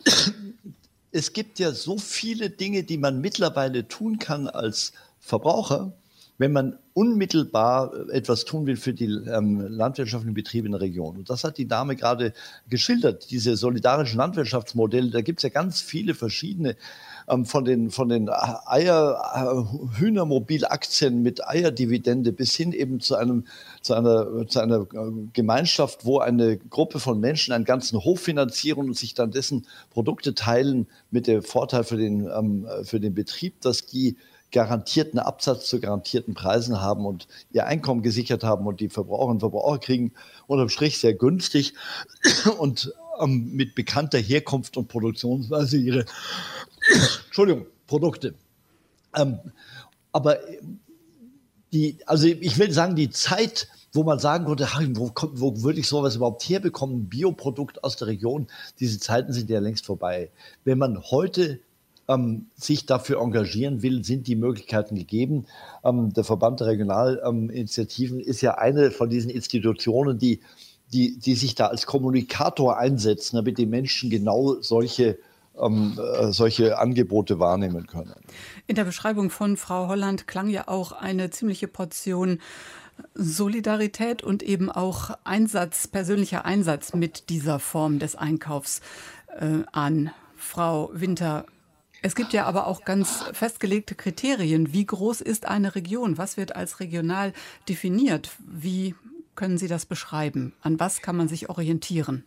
Es gibt ja so viele Dinge, die man mittlerweile tun kann als Verbraucher, wenn man unmittelbar etwas tun will für die ähm, landwirtschaftlichen Betriebe in der Region. Und das hat die Dame gerade geschildert, diese solidarischen Landwirtschaftsmodelle. Da gibt es ja ganz viele verschiedene, ähm, von den, von den Eier, Hühnermobilaktien mit Eierdividende bis hin eben zu, einem, zu, einer, zu einer Gemeinschaft, wo eine Gruppe von Menschen einen ganzen Hof finanzieren und sich dann dessen Produkte teilen mit dem Vorteil für den, ähm, für den Betrieb, dass die garantierten Absatz zu garantierten Preisen haben und ihr Einkommen gesichert haben und die Verbraucherinnen und Verbraucher kriegen unterm Strich sehr günstig und ähm, mit bekannter Herkunft und Produktionsweise ihre Entschuldigung, Produkte. Ähm, aber die, also ich will sagen, die Zeit, wo man sagen konnte, wo, wo würde ich sowas überhaupt herbekommen, ein Bioprodukt aus der Region, diese Zeiten sind ja längst vorbei. Wenn man heute Ähm, sich dafür engagieren will, sind die Möglichkeiten gegeben. Ähm, der Verband der Regionalinitiativen ist ja eine von diesen Institutionen, die, die, die sich da als Kommunikator einsetzen, damit die Menschen genau solche, ähm, äh, solche Angebote wahrnehmen können. In der Beschreibung von Frau Holland klang ja auch eine ziemliche Portion Solidarität und eben auch Einsatz, persönlicher Einsatz mit dieser Form des Einkaufs äh, an. Frau Winter, es gibt ja aber auch ganz festgelegte Kriterien. Wie groß ist eine Region? Was wird als regional definiert? Wie können Sie das beschreiben? An was kann man sich orientieren?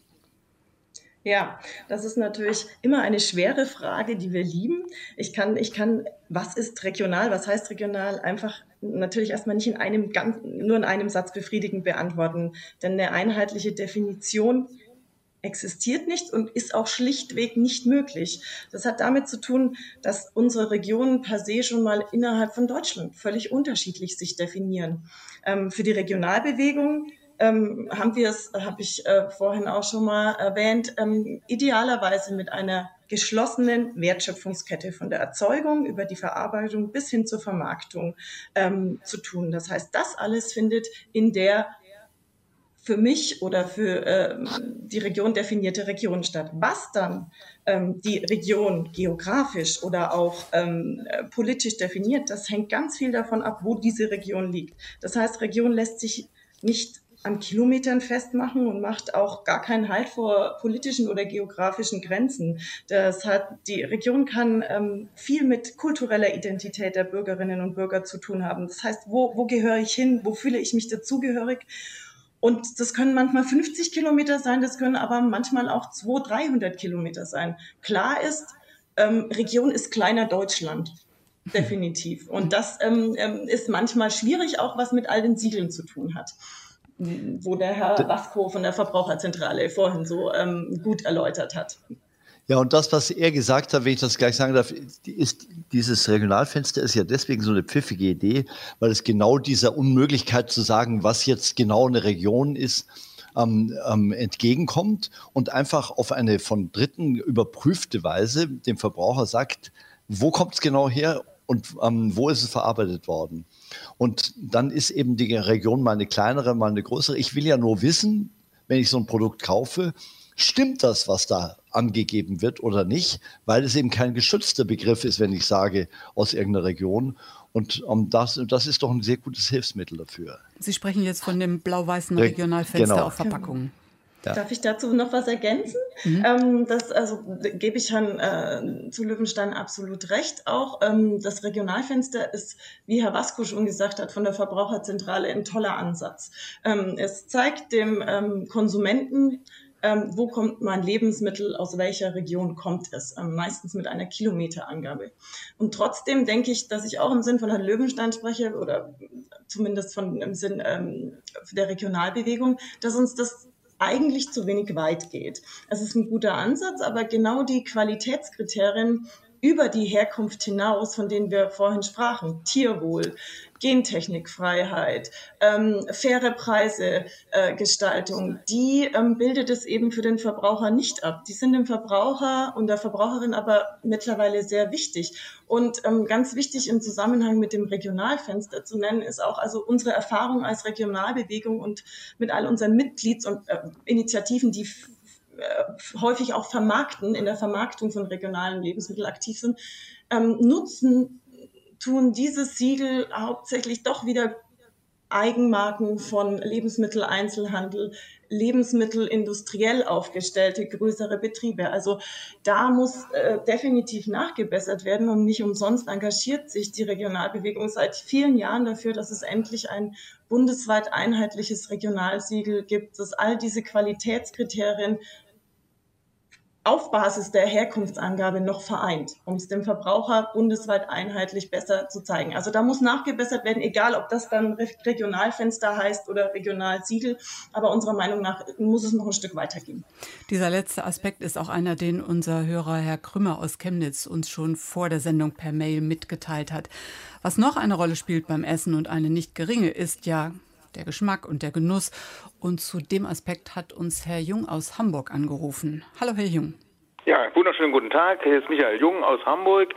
Ja, das ist natürlich immer eine schwere Frage, die wir lieben. Ich kann, ich kann, was ist regional? Was heißt regional? Einfach natürlich erstmal nicht in einem, ganz, nur in einem Satz befriedigend beantworten. Denn eine einheitliche Definition existiert nicht und ist auch schlichtweg nicht möglich. Das hat damit zu tun, dass unsere Regionen per se schon mal innerhalb von Deutschland völlig unterschiedlich sich definieren. Ähm, für die Regionalbewegung ähm, haben wir es, habe ich äh, vorhin auch schon mal erwähnt, ähm, idealerweise mit einer geschlossenen Wertschöpfungskette von der Erzeugung über die Verarbeitung bis hin zur Vermarktung ähm, zu tun. Das heißt, das alles findet in der für mich oder für äh, die Region definierte Region statt. Was dann ähm, die Region geografisch oder auch ähm, politisch definiert, das hängt ganz viel davon ab, wo diese Region liegt. Das heißt, Region lässt sich nicht an Kilometern festmachen und macht auch gar keinen Halt vor politischen oder geografischen Grenzen. Das hat, die Region kann ähm, viel mit kultureller Identität der Bürgerinnen und Bürger zu tun haben. Das heißt, wo, wo gehöre ich hin? Wo fühle ich mich dazugehörig? Und das können manchmal fünfzig Kilometer sein, das können aber manchmal auch zweihundert, dreihundert Kilometer sein. Klar ist, ähm, Region ist kleiner Deutschland. definitiv. Und das ähm, ist manchmal schwierig, auch was mit all den Siegeln zu tun hat, wo der Herr Wasko von der Verbraucherzentrale vorhin so ähm, gut erläutert hat. Ja, und das, was er gesagt hat, wenn ich das gleich sagen darf, ist, dieses Regionalfenster ist ja deswegen so eine pfiffige Idee, weil es genau dieser Unmöglichkeit zu sagen, was jetzt genau eine Region ist, ähm, ähm, entgegenkommt und einfach auf eine von Dritten überprüfte Weise dem Verbraucher sagt, wo kommt es genau her und ähm, wo ist es verarbeitet worden. Und dann ist eben die Region mal eine kleinere, mal eine größere. Ich will ja nur wissen, wenn ich so ein Produkt kaufe, stimmt das, was da angegeben wird oder nicht, weil es eben kein geschützter Begriff ist, wenn ich sage, aus irgendeiner Region. Und um, das, das ist doch ein sehr gutes Hilfsmittel dafür. Sie sprechen jetzt von dem blau-weißen Regionalfenster genau. auf Verpackungen. Ja. Darf ich dazu noch was ergänzen? Mhm. Ähm, das also gebe ich Herrn äh, zu Löwenstein absolut recht. Auch ähm, das Regionalfenster ist, wie Herr Wasko schon gesagt hat, von der Verbraucherzentrale ein toller Ansatz. Ähm, es zeigt dem ähm, Konsumenten, Ähm, wo kommt mein Lebensmittel, aus welcher Region kommt es? Ähm, meistens mit einer Kilometerangabe. Und trotzdem denke ich, dass ich auch im Sinn von Herrn Löwenstein spreche oder zumindest von, im Sinn ähm, der Regionalbewegung, dass uns das eigentlich zu wenig weit geht. Es ist ein guter Ansatz, aber genau die Qualitätskriterien über die Herkunft hinaus, von denen wir vorhin sprachen, Tierwohl, Gentechnikfreiheit, ähm, faire Preisegestaltung, äh, die ähm, bildet es eben für den Verbraucher nicht ab. Die sind dem Verbraucher und der Verbraucherin aber mittlerweile sehr wichtig. Und ähm, ganz wichtig im Zusammenhang mit dem Regionalfenster zu nennen, ist auch also unsere Erfahrung als Regionalbewegung und mit all unseren Mitglieds- und äh, Initiativen, die häufig auch vermarkten, in der Vermarktung von regionalen Lebensmitteln aktiv sind, ähm, nutzen, tun dieses Siegel hauptsächlich doch wieder Eigenmarken von Lebensmitteleinzelhandel, Lebensmittel industriell aufgestellte größere Betriebe. Also da muss äh, definitiv nachgebessert werden und nicht umsonst engagiert sich die Regionalbewegung seit vielen Jahren dafür, dass es endlich ein bundesweit einheitliches Regionalsiegel gibt, dass all diese Qualitätskriterien auf Basis der Herkunftsangabe noch vereint, um es dem Verbraucher bundesweit einheitlich besser zu zeigen. Also da muss nachgebessert werden, egal ob das dann Regionalfenster heißt oder Regionalsiegel, aber unserer Meinung nach muss es noch ein Stück weitergehen. Dieser letzte Aspekt ist auch einer, den unser Hörer Herr Krümmer aus Chemnitz uns schon vor der Sendung per Mail mitgeteilt hat. Was noch eine Rolle spielt beim Essen und eine nicht geringe, ist ja der Geschmack und der Genuss. Und zu dem Aspekt hat uns Herr Jung aus Hamburg angerufen. Hallo, Herr Jung. Ja, wunderschönen guten Tag. Hier ist Michael Jung aus Hamburg.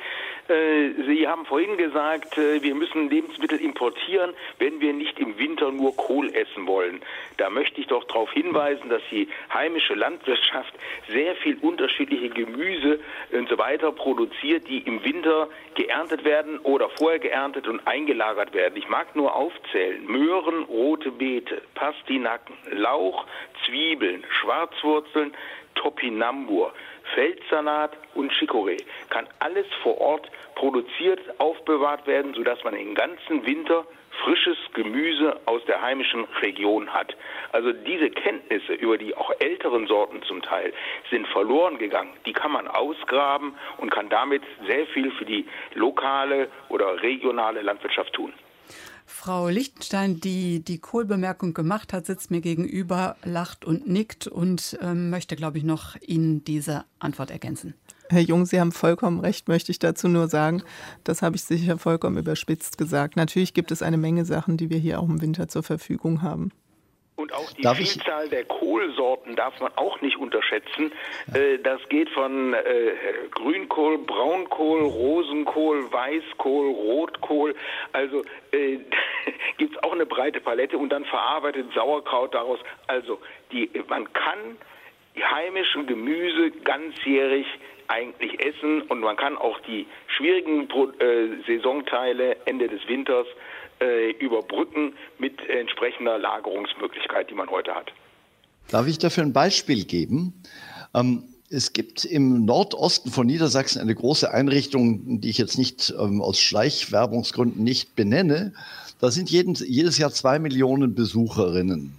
Sie haben vorhin gesagt, wir müssen Lebensmittel importieren, wenn wir nicht im Winter nur Kohl essen wollen. Da möchte ich doch darauf hinweisen, dass die heimische Landwirtschaft sehr viel unterschiedliche Gemüse und so weiter produziert, die im Winter geerntet werden oder vorher geerntet und eingelagert werden. Ich mag nur aufzählen: Möhren, rote Beete, Pastinaken, Lauch, Zwiebeln, Schwarzwurzeln, Topinambur, Feldsalat und Chicorée. Kann alles vor Ort produziert, aufbewahrt werden, sodass man den ganzen Winter frisches Gemüse aus der heimischen Region hat. Also diese Kenntnisse über die auch älteren Sorten zum Teil sind verloren gegangen. Die kann man ausgraben und kann damit sehr viel für die lokale oder regionale Landwirtschaft tun. Frau Lichtenstein, die die Kohlbemerkung gemacht hat, sitzt mir gegenüber, lacht und nickt und ähm, möchte, glaube ich, noch Ihnen diese Antwort ergänzen. Herr Jung, Sie haben vollkommen recht, möchte ich dazu nur sagen. Das habe ich sicher vollkommen überspitzt gesagt. Natürlich gibt es eine Menge Sachen, die wir hier auch im Winter zur Verfügung haben. Und auch die Darf Vielzahl ich? der Kohlsorten darf man auch nicht unterschätzen. Ja. Das geht von äh, Grünkohl, Braunkohl, Rosenkohl, Weißkohl, Rotkohl. Also äh, gibt es auch eine breite Palette und dann verarbeitet Sauerkraut daraus. Also die, man kann die heimischen Gemüse ganzjährig eigentlich essen und man kann auch die schwierigen äh, Saisonteile Ende des Winters äh, überbrücken mit entsprechender Lagerungsmöglichkeit, die man heute hat. Darf ich dafür ein Beispiel geben? Ähm, es gibt im Nordosten von Niedersachsen eine große Einrichtung, die ich jetzt nicht ähm, aus Schleichwerbungsgründen nicht benenne. Da sind jeden, jedes Jahr zwei Millionen Besucherinnen.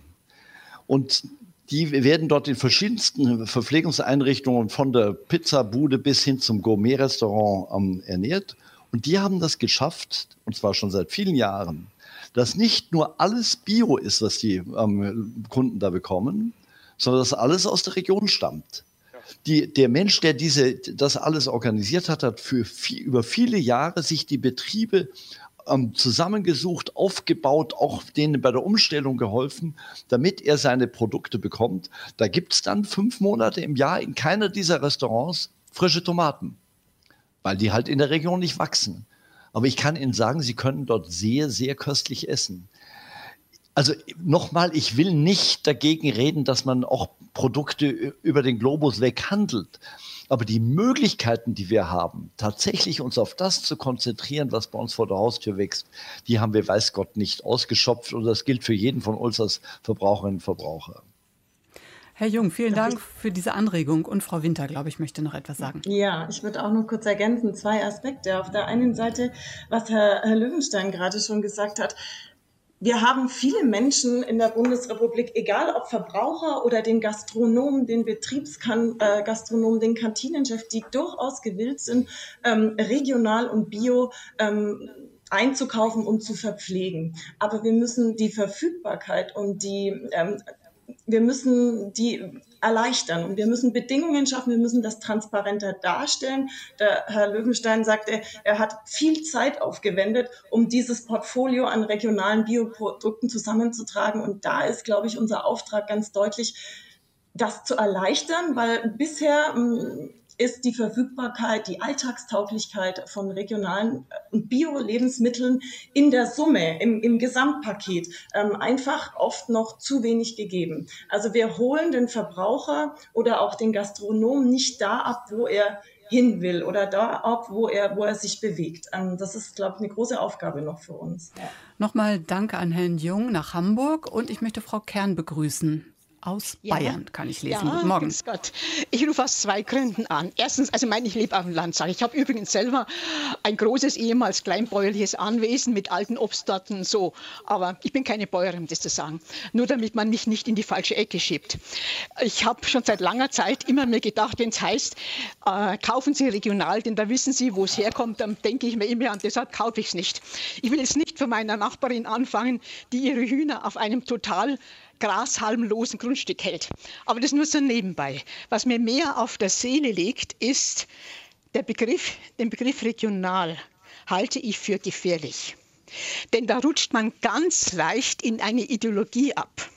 Und die werden dort in verschiedensten Verpflegungseinrichtungen von der Pizzabude bis hin zum Gourmet-Restaurant ähm, ernährt. Und die haben das geschafft, und zwar schon seit vielen Jahren, dass nicht nur alles Bio ist, was die ähm, Kunden da bekommen, sondern dass alles aus der Region stammt. Die, der Mensch, der diese, das alles organisiert hat, hat für viel, über viele Jahre sich die Betriebe ähm, zusammengesucht, aufgebaut, auch denen bei der Umstellung geholfen, damit er seine Produkte bekommt. Da gibt es dann fünf Monate im Jahr in keiner dieser Restaurants frische Tomaten, weil die halt in der Region nicht wachsen. Aber ich kann Ihnen sagen, Sie können dort sehr, sehr köstlich essen. Also nochmal, ich will nicht dagegen reden, dass man auch Produkte über den Globus weghandelt. Aber die Möglichkeiten, die wir haben, tatsächlich uns auf das zu konzentrieren, was bei uns vor der Haustür wächst, die haben wir, weiß Gott, nicht ausgeschöpft. Und das gilt für jeden von uns als Verbraucherinnen und Verbraucher. Herr Jung, vielen Dank für diese Anregung. Und Frau Winter, glaube ich, möchte noch etwas sagen. Ja, ich würde auch noch kurz ergänzen, zwei Aspekte. Auf der einen Seite, was Herr, Herr Löwenstein gerade schon gesagt hat, wir haben viele Menschen in der Bundesrepublik, egal ob Verbraucher oder den Gastronomen, den Betriebsgastronomen, den Kantinenchef, die durchaus gewillt sind, ähm, regional und bio ähm, einzukaufen und zu verpflegen. Aber wir müssen die Verfügbarkeit und die ähm, wir müssen die erleichtern und wir müssen Bedingungen schaffen, wir müssen das transparenter darstellen. Der Herr Löwenstein sagte, er hat viel Zeit aufgewendet, um dieses Portfolio an regionalen Bioprodukten zusammenzutragen. Und da ist, glaube ich, unser Auftrag ganz deutlich, das zu erleichtern, weil bisher ist die Verfügbarkeit, die Alltagstauglichkeit von regionalen und Bio-Lebensmitteln in der Summe, im, im Gesamtpaket ähm, einfach oft noch zu wenig gegeben. Also wir holen den Verbraucher oder auch den Gastronomen nicht da ab, wo er hin will oder da ab, wo er, wo er sich bewegt. Ähm, das ist, glaube ich, eine große Aufgabe noch für uns. Ja. Nochmal danke an Herrn Jung nach Hamburg und ich möchte Frau Kern begrüßen. Aus ja. Bayern, kann ich lesen. Ja, Guten Morgen. Grüß Gott. Ich rufe aus zwei Gründen an. Erstens, also ich meine, ich lebe auf dem Land, sage ich. Ich habe übrigens selber ein großes, ehemals kleinbäuerliches Anwesen mit alten Obstsorten, so. Aber ich bin keine Bäuerin, um das zu sagen. Nur damit man mich nicht in die falsche Ecke schiebt. Ich habe schon seit langer Zeit immer mir gedacht, wenn es heißt, äh, kaufen Sie regional, denn da wissen Sie, wo es herkommt, dann denke ich mir immer an, deshalb kaufe ich es nicht. Ich will jetzt nicht von meiner Nachbarin anfangen, die ihre Hühner auf einem total grashalmlosen Grundstück hält. Aber das nur so nebenbei. Was mir mehr auf der Seele liegt, ist der Begriff, den Begriff regional halte ich für gefährlich. Denn da rutscht man ganz leicht in eine Ideologie ab.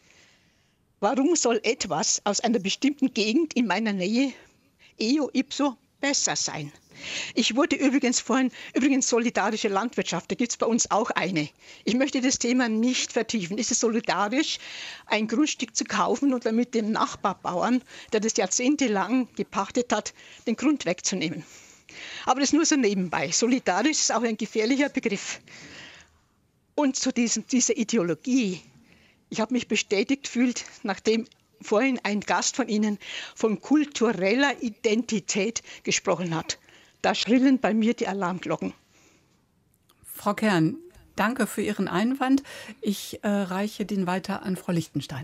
Warum soll etwas aus einer bestimmten Gegend in meiner Nähe eo ipso besser sein? Ich wurde übrigens vorhin, übrigens solidarische Landwirtschaft, da gibt es bei uns auch eine. Ich möchte das Thema nicht vertiefen. Ist es solidarisch, ein Grundstück zu kaufen und damit dem Nachbarbauern, der das jahrzehntelang gepachtet hat, den Grund wegzunehmen? Aber das nur so nebenbei. Solidarisch ist auch ein gefährlicher Begriff. Und zu diesem, dieser Ideologie, ich habe mich bestätigt gefühlt, nachdem vorhin ein Gast von Ihnen von kultureller Identität gesprochen hat. Da schrillen bei mir die Alarmglocken. Frau Kern, danke für Ihren Einwand. Ich äh, reiche den weiter an Frau Lichtenstein.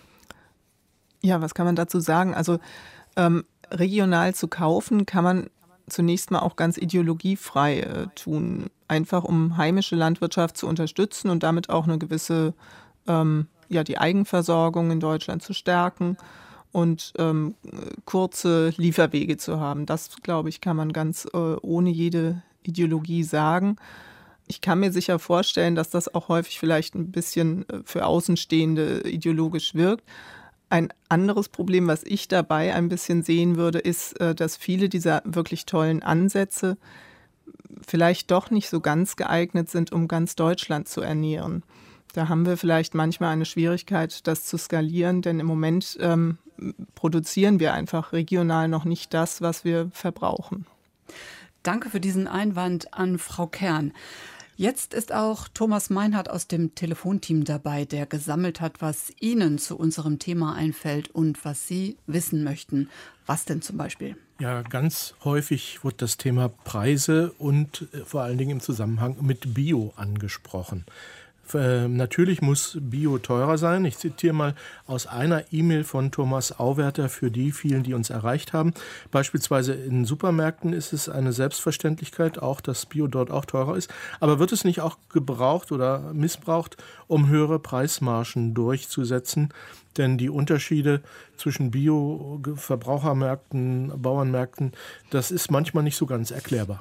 Ja, was kann man dazu sagen? Also ähm, regional zu kaufen kann man zunächst mal auch ganz ideologiefrei äh, tun. Einfach um heimische Landwirtschaft zu unterstützen und damit auch eine gewisse, ähm, ja, die Eigenversorgung in Deutschland zu stärken. Und ähm, kurze Lieferwege zu haben. Das, glaube ich, kann man ganz äh, ohne jede Ideologie sagen. Ich kann mir sicher vorstellen, dass das auch häufig vielleicht ein bisschen äh, für Außenstehende ideologisch wirkt. Ein anderes Problem, was ich dabei ein bisschen sehen würde, ist, äh, dass viele dieser wirklich tollen Ansätze vielleicht doch nicht so ganz geeignet sind, um ganz Deutschland zu ernähren. Da haben wir vielleicht manchmal eine Schwierigkeit, das zu skalieren, denn im Moment ähm, produzieren wir einfach regional noch nicht das, was wir verbrauchen. Danke für diesen Einwand an Frau Kern. Jetzt ist auch Thomas Meinhardt aus dem Telefonteam dabei, der gesammelt hat, was Ihnen zu unserem Thema einfällt und was Sie wissen möchten. Was denn zum Beispiel? Ja, ganz häufig wird das Thema Preise und vor allen Dingen im Zusammenhang mit Bio angesprochen. Äh, natürlich muss Bio teurer sein. Ich zitiere mal aus einer E-Mail von Thomas Auwerter für die vielen, die uns erreicht haben. Beispielsweise in Supermärkten ist es eine Selbstverständlichkeit, auch dass Bio dort auch teurer ist. Aber wird es nicht auch gebraucht oder missbraucht, um höhere Preismargen durchzusetzen? Denn die Unterschiede zwischen Bio-Verbrauchermärkten, Bauernmärkten, das ist manchmal nicht so ganz erklärbar.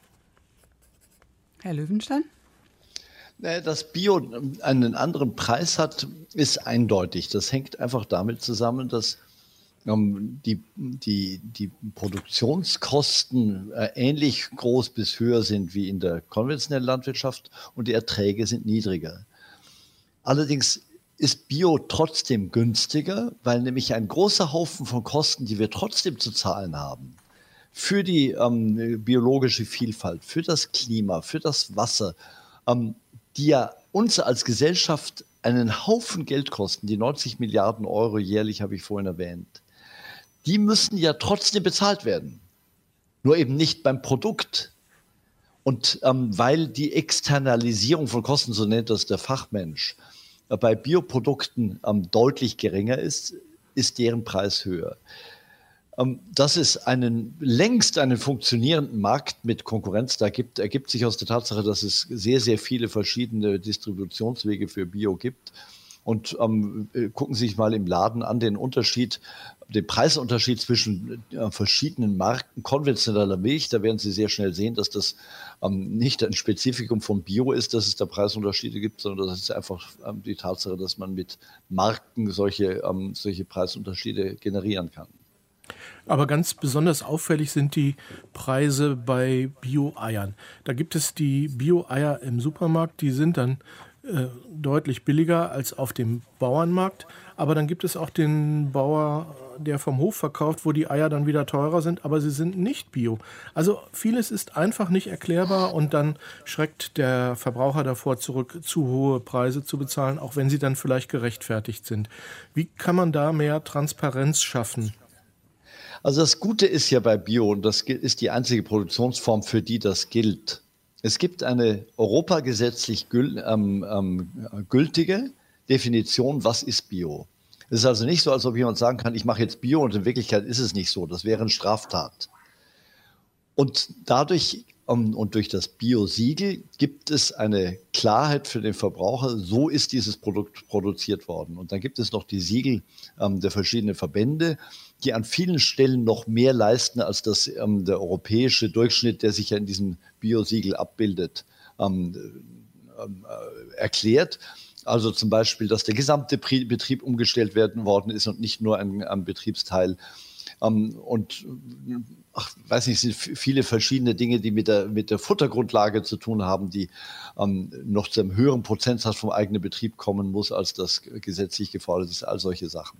Herr Löwenstein? Dass Bio einen anderen Preis hat, ist eindeutig. Das hängt einfach damit zusammen, dass ähm, die, die, die Produktionskosten äh, ähnlich groß bis höher sind wie in der konventionellen Landwirtschaft und die Erträge sind niedriger. Allerdings ist Bio trotzdem günstiger, weil nämlich ein großer Haufen von Kosten, die wir trotzdem zu zahlen haben, für die ähm, biologische Vielfalt, für das Klima, für das Wasser, ähm, die ja uns als Gesellschaft einen Haufen Geld kosten, die neunzig Milliarden Euro jährlich, habe ich vorhin erwähnt, die müssen ja trotzdem bezahlt werden. Nur eben nicht beim Produkt. Und ähm, weil die Externalisierung von Kosten, so nennt das der Fachmensch, äh, bei Bioprodukten ähm, deutlich geringer ist, ist deren Preis höher. Dass es einen, längst einen funktionierenden Markt mit Konkurrenz da gibt, ergibt sich aus der Tatsache, dass es sehr, sehr viele verschiedene Distributionswege für Bio gibt. Und ähm, gucken Sie sich mal im Laden an den Unterschied, den Preisunterschied zwischen äh, verschiedenen Marken konventioneller Milch. Da werden Sie sehr schnell sehen, dass das ähm, nicht ein Spezifikum von Bio ist, dass es da Preisunterschiede gibt, sondern das ist einfach ähm, die Tatsache, dass man mit Marken solche, ähm, solche Preisunterschiede generieren kann. Aber ganz besonders auffällig sind die Preise bei Bio-Eiern. Da gibt es die Bio-Eier im Supermarkt, die sind dann äh, deutlich billiger als auf dem Bauernmarkt. Aber dann gibt es auch den Bauer, der vom Hof verkauft, wo die Eier dann wieder teurer sind, aber sie sind nicht Bio. Also vieles ist einfach nicht erklärbar und dann schreckt der Verbraucher davor zurück, zu hohe Preise zu bezahlen, auch wenn sie dann vielleicht gerechtfertigt sind. Wie kann man da mehr Transparenz schaffen? Also das Gute ist ja bei Bio, und das ist die einzige Produktionsform, für die das gilt. Es gibt eine europagesetzlich gül, ähm, ähm, gültige Definition, was ist Bio. Es ist also nicht so, als ob jemand sagen kann, ich mache jetzt Bio und in Wirklichkeit ist es nicht so. Das wäre eine Straftat. Und dadurch um, und durch das Bio-Siegel gibt es eine Klarheit für den Verbraucher, so ist dieses Produkt produziert worden. Und dann gibt es noch die Siegel ähm, der verschiedenen Verbände, die an vielen Stellen noch mehr leisten, als das ähm, der europäische Durchschnitt, der sich ja in diesem Bio-Siegel abbildet, ähm, ähm, äh, erklärt. Also zum Beispiel, dass der gesamte Betrieb umgestellt werden worden ist und nicht nur ein, ein Betriebsteil. Ähm, und ach, weiß nicht, es sind viele verschiedene Dinge, die mit der, mit der Futtergrundlage zu tun haben, die ähm, noch zu einem höheren Prozentsatz vom eigenen Betrieb kommen muss, als das gesetzlich gefordert ist, all solche Sachen.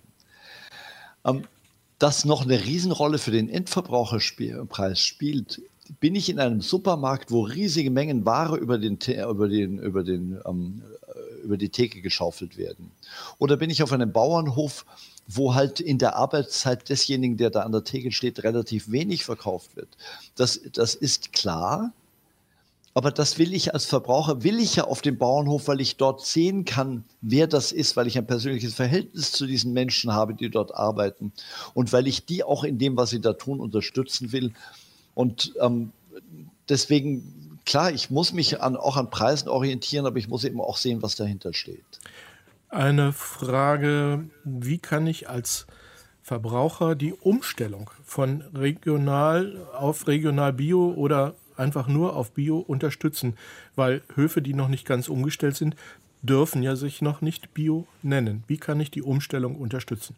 Ähm, das noch eine Riesenrolle für den Endverbraucherpreis spielt, bin ich in einem Supermarkt, wo riesige Mengen Ware über, den, über, den, über, den, ähm, über die Theke geschaufelt werden. Oder bin ich auf einem Bauernhof, wo halt in der Arbeitszeit desjenigen, der da an der Theke steht, relativ wenig verkauft wird. Das, das ist klar, aber das will ich als Verbraucher, will ich ja auf dem Bauernhof, weil ich dort sehen kann, wer das ist, weil ich ein persönliches Verhältnis zu diesen Menschen habe, die dort arbeiten und weil ich die auch in dem, was sie da tun, unterstützen will. Und ähm, deswegen, klar, ich muss mich an, auch an Preisen orientieren, aber ich muss eben auch sehen, was dahinter steht. Eine Frage, wie kann ich als Verbraucher die Umstellung von regional auf regional Bio oder einfach nur auf Bio unterstützen? Weil Höfe, die noch nicht ganz umgestellt sind, dürfen ja sich noch nicht Bio nennen. Wie kann ich die Umstellung unterstützen?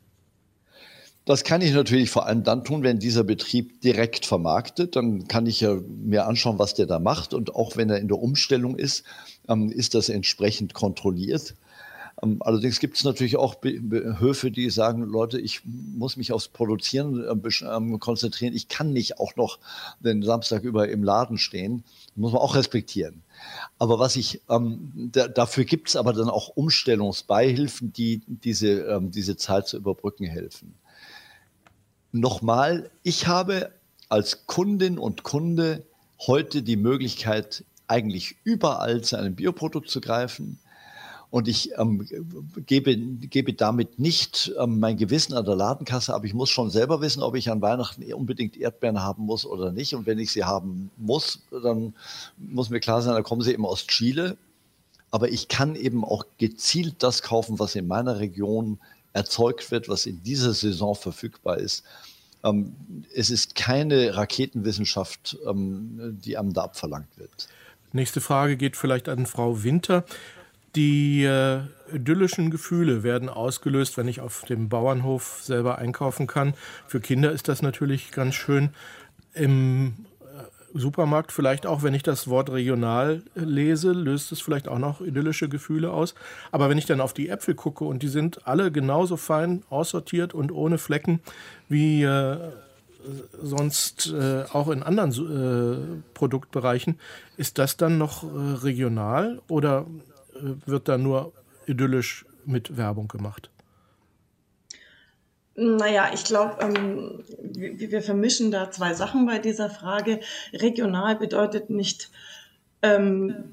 Das kann ich natürlich vor allem dann tun, wenn dieser Betrieb direkt vermarktet. Dann kann ich ja mir anschauen, was der da macht. Und auch wenn er in der Umstellung ist, ist das entsprechend kontrolliert. Allerdings gibt es natürlich auch Höfe, die sagen, Leute, ich muss mich aufs Produzieren konzentrieren. Ich kann nicht auch noch den Samstag über im Laden stehen. Das muss man auch respektieren. Aber was ich, ähm, da, dafür gibt es aber dann auch Umstellungsbeihilfen, die diese, ähm, diese Zeit zu überbrücken helfen. Nochmal, ich habe als Kundin und Kunde heute die Möglichkeit, eigentlich überall zu einem Bioprodukt zu greifen. und ich ähm, gebe, gebe damit nicht ähm, mein Gewissen an der Ladenkasse, aber ich muss schon selber wissen, ob ich an Weihnachten unbedingt Erdbeeren haben muss oder nicht. Und wenn ich sie haben muss, dann muss mir klar sein, da kommen sie eben aus Chile. Aber ich kann eben auch gezielt das kaufen, was in meiner Region erzeugt wird, was in dieser Saison verfügbar ist. Ähm, es ist keine Raketenwissenschaft, ähm, die einem da abverlangt wird. Nächste Frage geht vielleicht an Frau Winter. Die äh, idyllischen Gefühle werden ausgelöst, wenn ich auf dem Bauernhof selber einkaufen kann. Für Kinder ist das natürlich ganz schön. Im Supermarkt vielleicht auch, wenn ich das Wort regional lese, löst es vielleicht auch noch idyllische Gefühle aus. Aber wenn ich dann auf die Äpfel gucke und die sind alle genauso fein aussortiert und ohne Flecken wie äh, sonst äh, auch in anderen äh, Produktbereichen, ist das dann noch äh, regional oder äh, wird da nur idyllisch mit Werbung gemacht? Naja, ich glaube, ähm, wir, wir vermischen da zwei Sachen bei dieser Frage. Regional bedeutet nicht, ähm,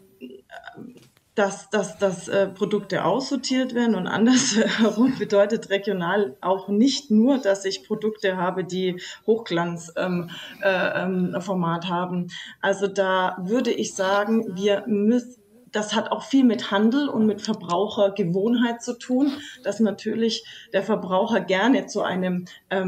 dass, dass, dass äh, Produkte aussortiert werden, und andersherum bedeutet regional auch nicht nur, dass ich Produkte habe, die Hochglanzformat ähm, äh, ähm, Format haben. Also da würde ich sagen, wir müssen das hat auch viel mit Handel und mit Verbrauchergewohnheit zu tun, dass natürlich der Verbraucher gerne zu einem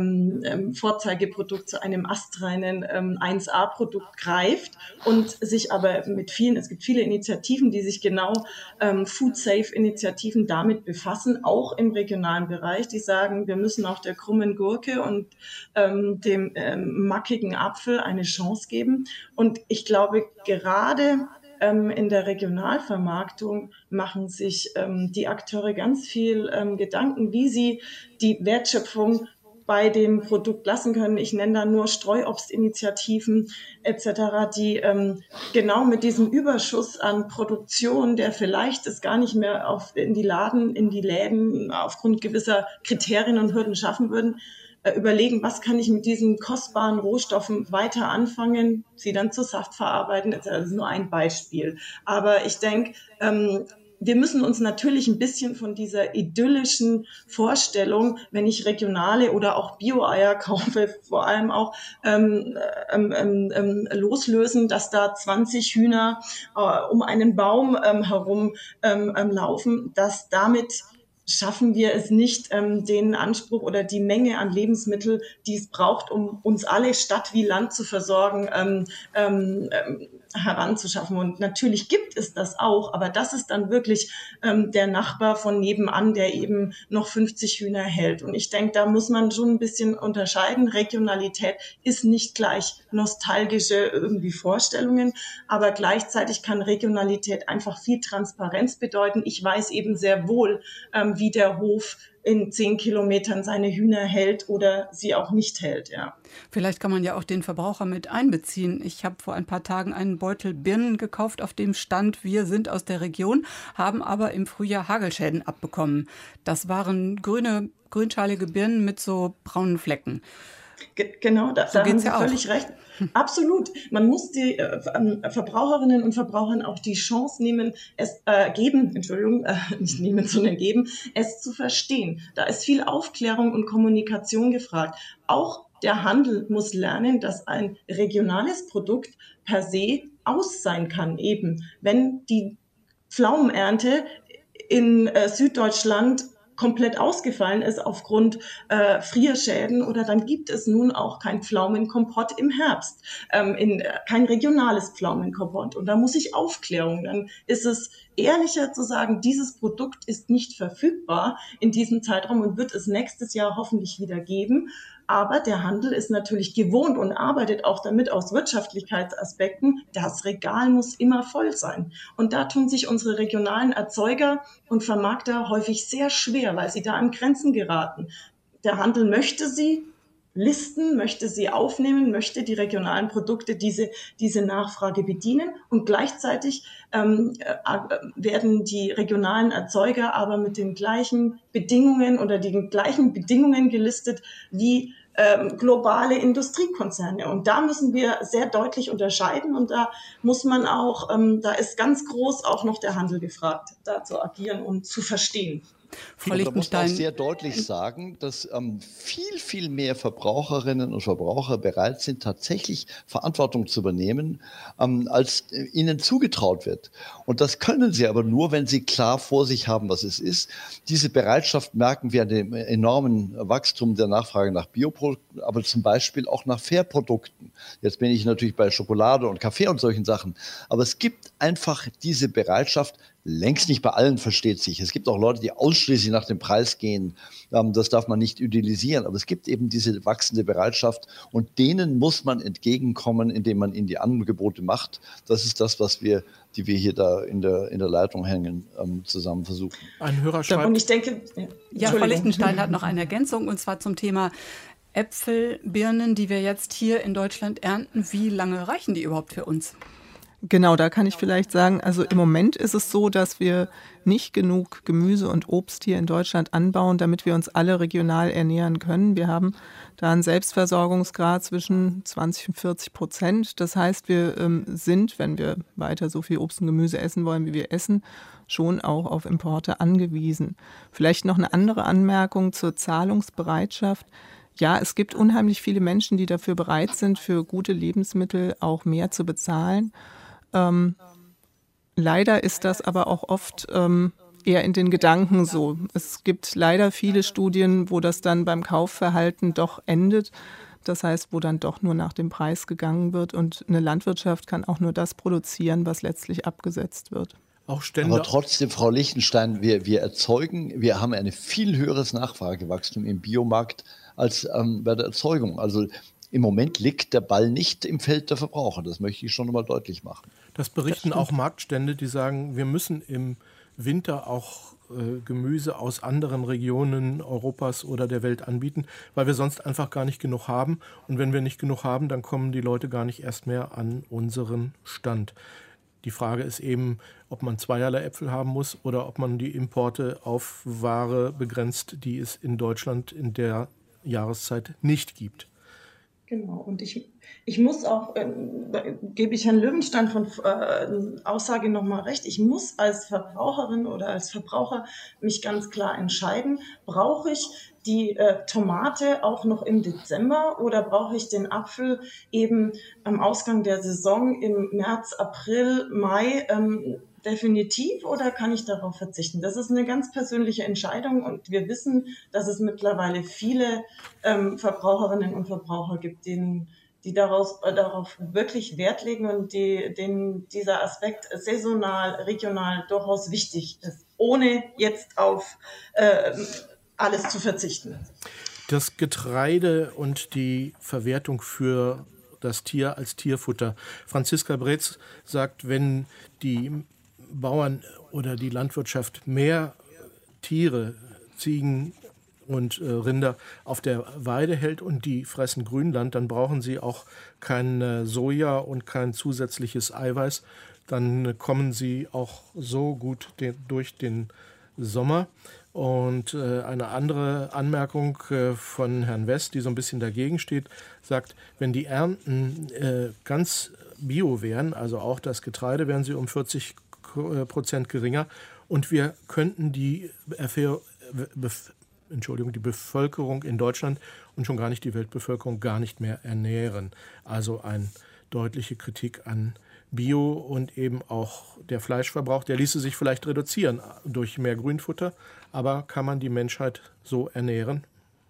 ähm, Vorzeigeprodukt, zu einem astreinen ähm, eins A-Produkt greift und sich aber mit vielen, es gibt viele Initiativen, die sich genau, ähm, Food-Safe-Initiativen damit befassen, auch im regionalen Bereich, die sagen, wir müssen auch der krummen Gurke und ähm, dem ähm, mackigen Apfel eine Chance geben. Und ich glaube, gerade in der Regionalvermarktung machen sich ähm, die Akteure ganz viel ähm, Gedanken, wie sie die Wertschöpfung bei dem Produkt lassen können. Ich nenne da nur Streuobstinitiativen et cetera, die ähm, genau mit diesem Überschuss an Produktion, der vielleicht es gar nicht mehr auf, in die Laden, in die Läden aufgrund gewisser Kriterien und Hürden schaffen würden, überlegen, was kann ich mit diesen kostbaren Rohstoffen weiter anfangen, sie dann zu Saft verarbeiten. Das ist nur ein Beispiel. Aber ich denke, ähm, wir müssen uns natürlich ein bisschen von dieser idyllischen Vorstellung, wenn ich regionale oder auch Bio-Eier kaufe, vor allem auch ähm, ähm, ähm, loslösen, dass da zwanzig Hühner äh, um einen Baum ähm, herum ähm, laufen, dass damit schaffen wir es nicht, ähm, den Anspruch oder die Menge an Lebensmitteln, die es braucht, um uns alle Stadt wie Land zu versorgen, ähm, ähm, heranzuschaffen. Und natürlich gibt es das auch, aber das ist dann wirklich ähm, der Nachbar von nebenan, der eben noch fünfzig Hühner hält. Und ich denke, da muss man schon ein bisschen unterscheiden. Regionalität ist nicht gleich nostalgische irgendwie Vorstellungen, aber gleichzeitig kann Regionalität einfach viel Transparenz bedeuten. Ich weiß eben sehr wohl, ähm, wie der Hof in zehn Kilometern seine Hühner hält oder sie auch nicht hält, ja. Vielleicht kann man ja auch den Verbraucher mit einbeziehen. Ich habe vor ein paar Tagen einen Beutel Birnen gekauft, auf dem stand, wir sind aus der Region, haben aber im Frühjahr Hagelschäden abbekommen. Das waren grüne, grünschalige Birnen mit so braunen Flecken. Ge- Genau, da, So da haben geht's Sie ja auch. völlig recht. Absolut. Man muss die äh, Verbraucherinnen und Verbrauchern auch die Chance nehmen, es äh, geben, Entschuldigung, äh, nicht nehmen, sondern geben, es zu verstehen. Da ist viel Aufklärung und Kommunikation gefragt. Auch der Handel muss lernen, dass ein regionales Produkt per se aus sein kann. Eben, wenn die Pflaumenernte in äh, Süddeutschland komplett ausgefallen ist aufgrund äh, Frierschäden, oder dann gibt es nun auch kein Pflaumenkompott im Herbst, ähm, in, äh, kein regionales Pflaumenkompott. Und da muss ich Aufklärung. Dann ist es ehrlicher zu sagen, dieses Produkt ist nicht verfügbar in diesem Zeitraum und wird es nächstes Jahr hoffentlich wieder geben. Aber der Handel ist natürlich gewohnt und arbeitet auch damit aus Wirtschaftlichkeitsaspekten. Das Regal muss immer voll sein. Und da tun sich unsere regionalen Erzeuger und Vermarkter häufig sehr schwer, weil sie da an Grenzen geraten. Der Handel möchte sie listen, möchte sie aufnehmen, möchte die regionalen Produkte diese, diese Nachfrage bedienen, und gleichzeitig ähm, äh, werden die regionalen Erzeuger aber mit den gleichen Bedingungen oder den gleichen Bedingungen gelistet wie ähm, globale Industriekonzerne. Und da müssen wir sehr deutlich unterscheiden und da muss man auch, ähm, da ist ganz groß auch noch der Handel gefragt, da zu agieren und zu verstehen. Frau Und da muss man auch Lichtenstein, sehr deutlich sagen, dass ähm, viel, viel mehr Verbraucherinnen und Verbraucher bereit sind, tatsächlich Verantwortung zu übernehmen, ähm, als äh, ihnen zugetraut wird. Und das können sie aber nur, wenn sie klar vor sich haben, was es ist. Diese Bereitschaft merken wir an dem enormen Wachstum der Nachfrage nach Bioprodukten, aber zum Beispiel auch nach Fairprodukten. Jetzt bin ich natürlich bei Schokolade und Kaffee und solchen Sachen. Aber es gibt einfach diese Bereitschaft, längst nicht bei allen, versteht sich. Es gibt auch Leute, die ausschließlich nach dem Preis gehen. Das darf man nicht idealisieren. Aber es gibt eben diese wachsende Bereitschaft und denen muss man entgegenkommen, indem man ihnen die Angebote macht. Das ist das, was wir, die wir hier da in der, in der Leitung hängen, zusammen versuchen. Ein Hörer schreibt. Und ich denke, ja, Frau Lichtenstein hat noch eine Ergänzung und zwar zum Thema Äpfel, Birnen, die wir jetzt hier in Deutschland ernten. Wie lange reichen die überhaupt für uns? Genau, da kann ich vielleicht sagen, also im Moment ist es so, dass wir nicht genug Gemüse und Obst hier in Deutschland anbauen, damit wir uns alle regional ernähren können. Wir haben da einen Selbstversorgungsgrad zwischen zwanzig und vierzig Prozent. Das heißt, wir ähm, sind, wenn wir weiter so viel Obst und Gemüse essen wollen, wie wir essen, schon auch auf Importe angewiesen. Vielleicht noch eine andere Anmerkung zur Zahlungsbereitschaft. Ja, es gibt unheimlich viele Menschen, die dafür bereit sind, für gute Lebensmittel auch mehr zu bezahlen. Ähm, leider ist das aber auch oft ähm, eher in den Gedanken so. Es gibt leider viele Studien, wo das dann beim Kaufverhalten doch endet. Das heißt, wo dann doch nur nach dem Preis gegangen wird und eine Landwirtschaft kann auch nur das produzieren, was letztlich abgesetzt wird. Auch Stände. Aber trotzdem, Frau Lichtenstein, wir, wir erzeugen, wir haben ein viel höheres Nachfragewachstum im Biomarkt als ähm, bei der Erzeugung. Also im Moment liegt der Ball nicht im Feld der Verbraucher. Das möchte ich schon einmal deutlich machen. Das berichten das auch Marktstände, die sagen, wir müssen im Winter auch äh, Gemüse aus anderen Regionen Europas oder der Welt anbieten, weil wir sonst einfach gar nicht genug haben. Und wenn wir nicht genug haben, dann kommen die Leute gar nicht erst mehr an unseren Stand. Die Frage ist eben, ob man zweierlei Äpfel haben muss oder ob man die Importe auf Ware begrenzt, die es in Deutschland in der Jahreszeit nicht gibt. Genau, und ich, ich muss auch, äh, gebe ich Herrn Löwenstein von äh, Aussage nochmal recht, ich muss als Verbraucherin oder als Verbraucher mich ganz klar entscheiden, brauche ich die äh, Tomate auch noch im Dezember oder brauche ich den Apfel eben am Ausgang der Saison im März, April, Mai ähm, definitiv oder kann ich darauf verzichten? Das ist eine ganz persönliche Entscheidung und wir wissen, dass es mittlerweile viele ähm, Verbraucherinnen und Verbraucher gibt, denen, die daraus, äh, darauf wirklich Wert legen und die, denen dieser Aspekt saisonal, regional durchaus wichtig ist, ohne jetzt auf äh, alles zu verzichten. Das Getreide und die Verwertung für das Tier als Tierfutter. Franziska Breetz sagt, wenn die Bauern oder die Landwirtschaft mehr Tiere, Ziegen und äh, Rinder auf der Weide hält und die fressen Grünland, dann brauchen sie auch kein äh, Soja und kein zusätzliches Eiweiß. Dann äh, kommen sie auch so gut de- durch den Sommer. Und äh, eine andere Anmerkung äh, von Herrn West, die so ein bisschen dagegen steht, sagt, wenn die Ernten äh, ganz bio wären, also auch das Getreide, wären sie um vierzig Prozent geringer und wir könnten die, Erf- Bef- Entschuldigung, die Bevölkerung in Deutschland und schon gar nicht die Weltbevölkerung gar nicht mehr ernähren. Also eine deutliche Kritik an Bio und eben auch der Fleischverbrauch, der ließe sich vielleicht reduzieren durch mehr Grünfutter, aber kann man die Menschheit so ernähren?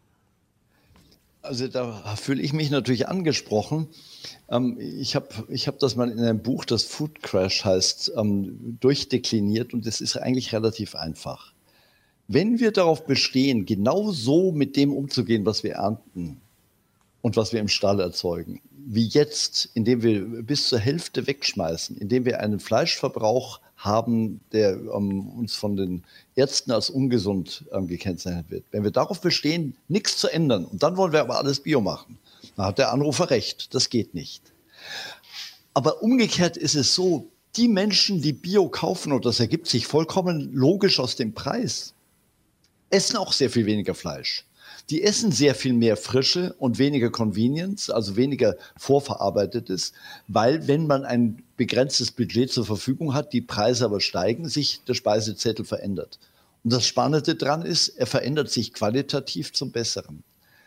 Also da fühle ich mich natürlich angesprochen. Ähm, ich habe ich hab das mal in einem Buch, das Food Crash heißt, ähm, durchdekliniert und es ist eigentlich relativ einfach. Wenn wir darauf bestehen, genau so mit dem umzugehen, was wir ernten und was wir im Stall erzeugen, wie jetzt, indem wir bis zur Hälfte wegschmeißen, indem wir einen Fleischverbrauch haben, der ähm, uns von den Ärzten als ungesund ähm, gekennzeichnet wird. Wenn wir darauf bestehen, nichts zu ändern, und dann wollen wir aber alles Bio machen, dann hat der Anrufer recht, das geht nicht. Aber umgekehrt ist es so, die Menschen, die Bio kaufen, und das ergibt sich vollkommen logisch aus dem Preis, essen auch sehr viel weniger Fleisch. Die essen sehr viel mehr Frische und weniger Convenience, also weniger Vorverarbeitetes, weil wenn man ein begrenztes Budget zur Verfügung hat, die Preise aber steigen, sich der Speisezettel verändert. Und das Spannende daran ist, er verändert sich qualitativ zum Besseren.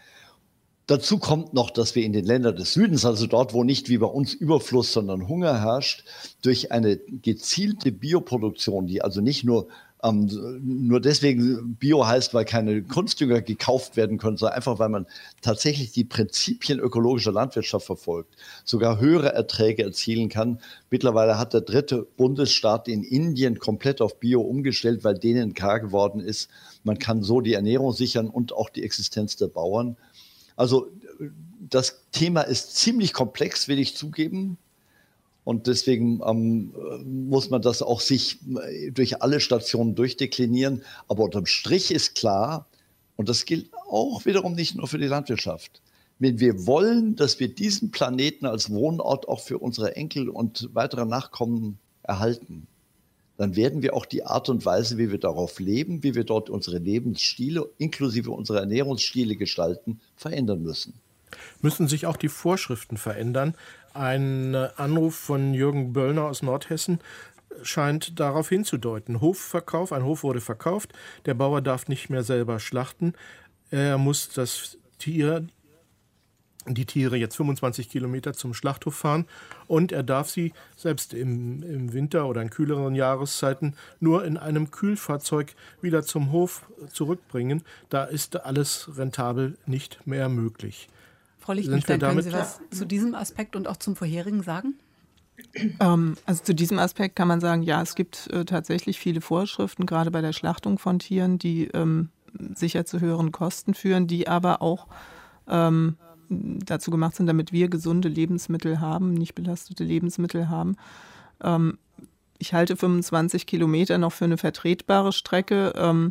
Dazu kommt noch, dass wir in den Ländern des Südens, also dort, wo nicht wie bei uns Überfluss, sondern Hunger herrscht, durch eine gezielte Bioproduktion, die also nicht nur, ähm, nur deswegen Bio heißt, weil keine Kunstdünger gekauft werden können, sondern einfach, weil man tatsächlich die Prinzipien ökologischer Landwirtschaft verfolgt, sogar höhere Erträge erzielen kann. Mittlerweile hat der dritte Bundesstaat in Indien komplett auf Bio umgestellt, weil denen klar geworden ist, man kann so die Ernährung sichern und auch die Existenz der Bauern. Also das Thema ist ziemlich komplex, will ich zugeben. Und deswegen ähm, muss man das auch sich durch alle Stationen durchdeklinieren. Aber unterm Strich ist klar, und das gilt auch wiederum nicht nur für die Landwirtschaft, wenn wir wollen, dass wir diesen Planeten als Wohnort auch für unsere Enkel und weitere Nachkommen erhalten, dann werden wir auch die Art und Weise, wie wir darauf leben, wie wir dort unsere Lebensstile inklusive unserer Ernährungsstile gestalten, verändern müssen. Müssen sich auch die Vorschriften verändern? Ein Anruf von Jürgen Böllner aus Nordhessen scheint darauf hinzudeuten. Hofverkauf, ein Hof wurde verkauft, der Bauer darf nicht mehr selber schlachten, er muss das Tier die Tiere jetzt fünfundzwanzig Kilometer zum Schlachthof fahren und er darf sie selbst im, im Winter oder in kühleren Jahreszeiten nur in einem Kühlfahrzeug wieder zum Hof zurückbringen. Da ist alles rentabel nicht mehr möglich. Frau Lichtenstein, können Sie was zu diesem Aspekt und auch zum vorherigen sagen? Ähm, also zu diesem Aspekt kann man sagen, ja, es gibt äh, tatsächlich viele Vorschriften, gerade bei der Schlachtung von Tieren, die ähm, sicher zu höheren Kosten führen, die aber auch ähm, dazu gemacht sind, damit wir gesunde Lebensmittel haben, nicht belastete Lebensmittel haben. Ähm, ich halte fünfundzwanzig Kilometer noch für eine vertretbare Strecke. Ähm,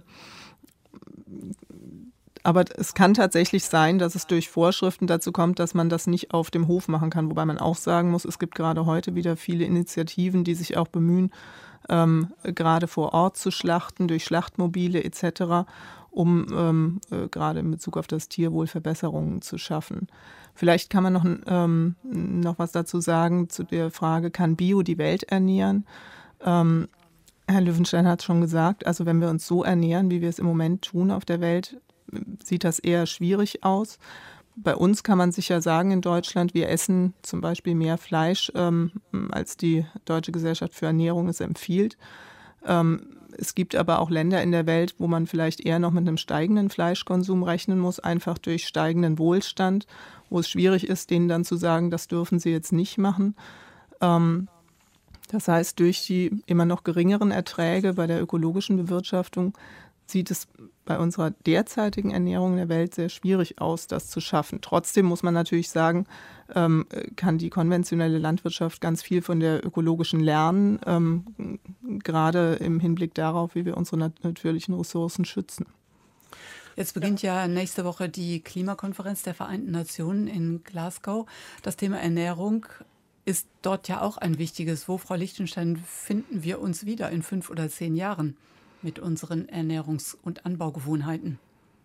aber es kann tatsächlich sein, dass es durch Vorschriften dazu kommt, dass man das nicht auf dem Hof machen kann. Wobei man auch sagen muss, es gibt gerade heute wieder viele Initiativen, die sich auch bemühen, ähm, gerade vor Ort zu schlachten, durch Schlachtmobile et cetera, um ähm, äh, gerade in Bezug auf das Tierwohl Verbesserungen zu schaffen. Vielleicht kann man noch, ähm, noch was dazu sagen zu der Frage, kann Bio die Welt ernähren? Ähm, Herr Löwenstein hat es schon gesagt, also wenn wir uns so ernähren, wie wir es im Moment tun auf der Welt, sieht das eher schwierig aus. Bei uns kann man sicher sagen in Deutschland, wir essen zum Beispiel mehr Fleisch, ähm, als die Deutsche Gesellschaft für Ernährung es empfiehlt. Ähm, Es gibt aber auch Länder in der Welt, wo man vielleicht eher noch mit einem steigenden Fleischkonsum rechnen muss, einfach durch steigenden Wohlstand, wo es schwierig ist, denen dann zu sagen, das dürfen sie jetzt nicht machen. Ähm, das heißt, durch die immer noch geringeren Erträge bei der ökologischen Bewirtschaftung sieht es bei unserer derzeitigen Ernährung in der Welt sehr schwierig aus, das zu schaffen. Trotzdem muss man natürlich sagen, ähm, kann die konventionelle Landwirtschaft ganz viel von der ökologischen lernen, ähm, gerade im Hinblick darauf, wie wir unsere nat- natürlichen Ressourcen schützen. Jetzt beginnt ja nächste Woche die Klimakonferenz der Vereinten Nationen in Glasgow. Das Thema Ernährung ist dort ja auch ein wichtiges. Wo, Frau Lichtenstein, finden wir uns wieder in fünf oder zehn Jahren mit unseren Ernährungs- und Anbaugewohnheiten?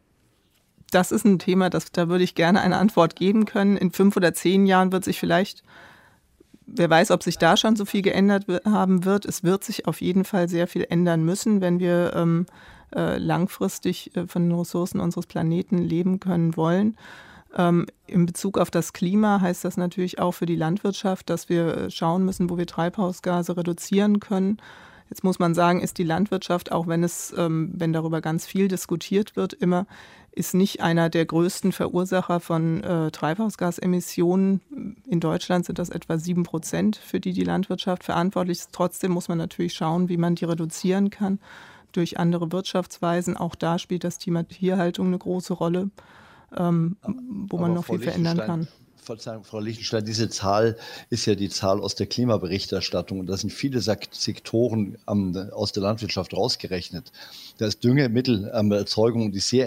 Das ist ein Thema, das, da würde ich gerne eine Antwort geben können. In fünf oder zehn Jahren wird sich vielleicht, wer weiß, ob sich da schon so viel geändert haben wird. Es wird sich auf jeden Fall sehr viel ändern müssen, wenn wir ähm, äh, langfristig äh, von den Ressourcen unseres Planeten leben können wollen. Ähm, in Bezug auf das Klima heißt das natürlich auch für die Landwirtschaft, dass wir schauen müssen, wo wir Treibhausgase reduzieren können. Jetzt muss man sagen, ist die Landwirtschaft, auch wenn es, ähm, wenn darüber ganz viel diskutiert wird, immer, ist nicht einer der größten Verursacher von äh, Treibhausgasemissionen. In Deutschland sind das etwa sieben Prozent, für die die Landwirtschaft verantwortlich ist. Trotzdem muss man natürlich schauen, wie man die reduzieren kann durch andere Wirtschaftsweisen. Auch da spielt das Thema Tierhaltung eine große Rolle, ähm, wo man noch Frau viel verändern kann. Verzeihung, Frau Lichtenstein, diese Zahl ist ja die Zahl aus der Klimaberichterstattung und da sind viele Sektoren ähm, aus der Landwirtschaft rausgerechnet. Da ist Düngemittelerzeugung, ähm, die sehr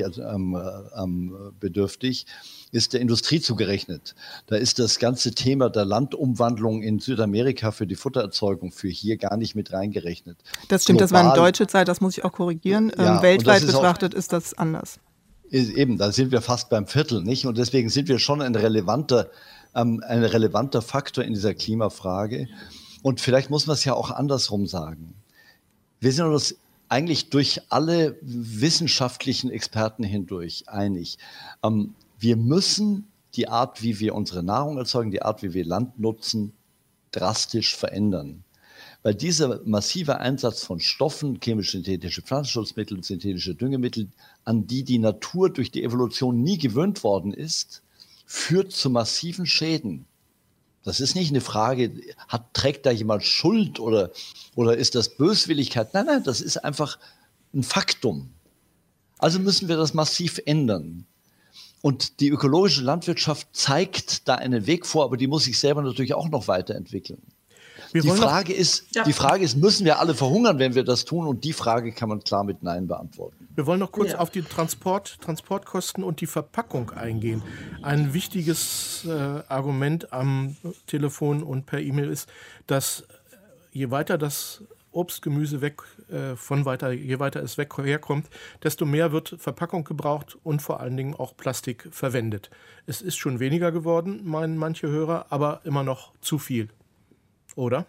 energiebedürftig, ähm, ist der Industrie zugerechnet. Da ist das ganze Thema der Landumwandlung in Südamerika für die Futtererzeugung für hier gar nicht mit reingerechnet. Das stimmt, Global, das war eine deutsche Zahl, das muss ich auch korrigieren. Ja, ähm, weltweit ist betrachtet auch, ist das anders. Eben, da sind wir fast beim Viertel, nicht? Und deswegen sind wir schon ein relevanter, ähm, ein relevanter Faktor in dieser Klimafrage. Und vielleicht muss man es ja auch andersrum sagen. Wir sind uns eigentlich durch alle wissenschaftlichen Experten hindurch einig. Ähm, wir müssen die Art, wie wir unsere Nahrung erzeugen, die Art, wie wir Land nutzen, drastisch verändern. Weil dieser massive Einsatz von Stoffen, chemisch-synthetische Pflanzenschutzmittel, synthetische Düngemittel, an die die Natur durch die Evolution nie gewöhnt worden ist, führt zu massiven Schäden. Das ist nicht eine Frage, hat, trägt da jemand Schuld oder, oder ist das Böswilligkeit? Nein, nein, das ist einfach ein Faktum. Also müssen wir das massiv ändern. Und die ökologische Landwirtschaft zeigt da einen Weg vor, aber die muss sich selber natürlich auch noch weiterentwickeln. Die Frage, ist, ja. die Frage ist, müssen wir alle verhungern, wenn wir das tun? Und die Frage kann man klar mit Nein beantworten. Wir wollen noch kurz ja. auf die Transport, Transportkosten und die Verpackung eingehen. Ein wichtiges äh, Argument am Telefon und per E-Mail ist, dass je weiter das Obst, Gemüse weg äh, von weiter, je weiter es weg herkommt, desto mehr wird Verpackung gebraucht und vor allen Dingen auch Plastik verwendet. Es ist schon weniger geworden, meinen manche Hörer, aber immer noch zu viel. Oder?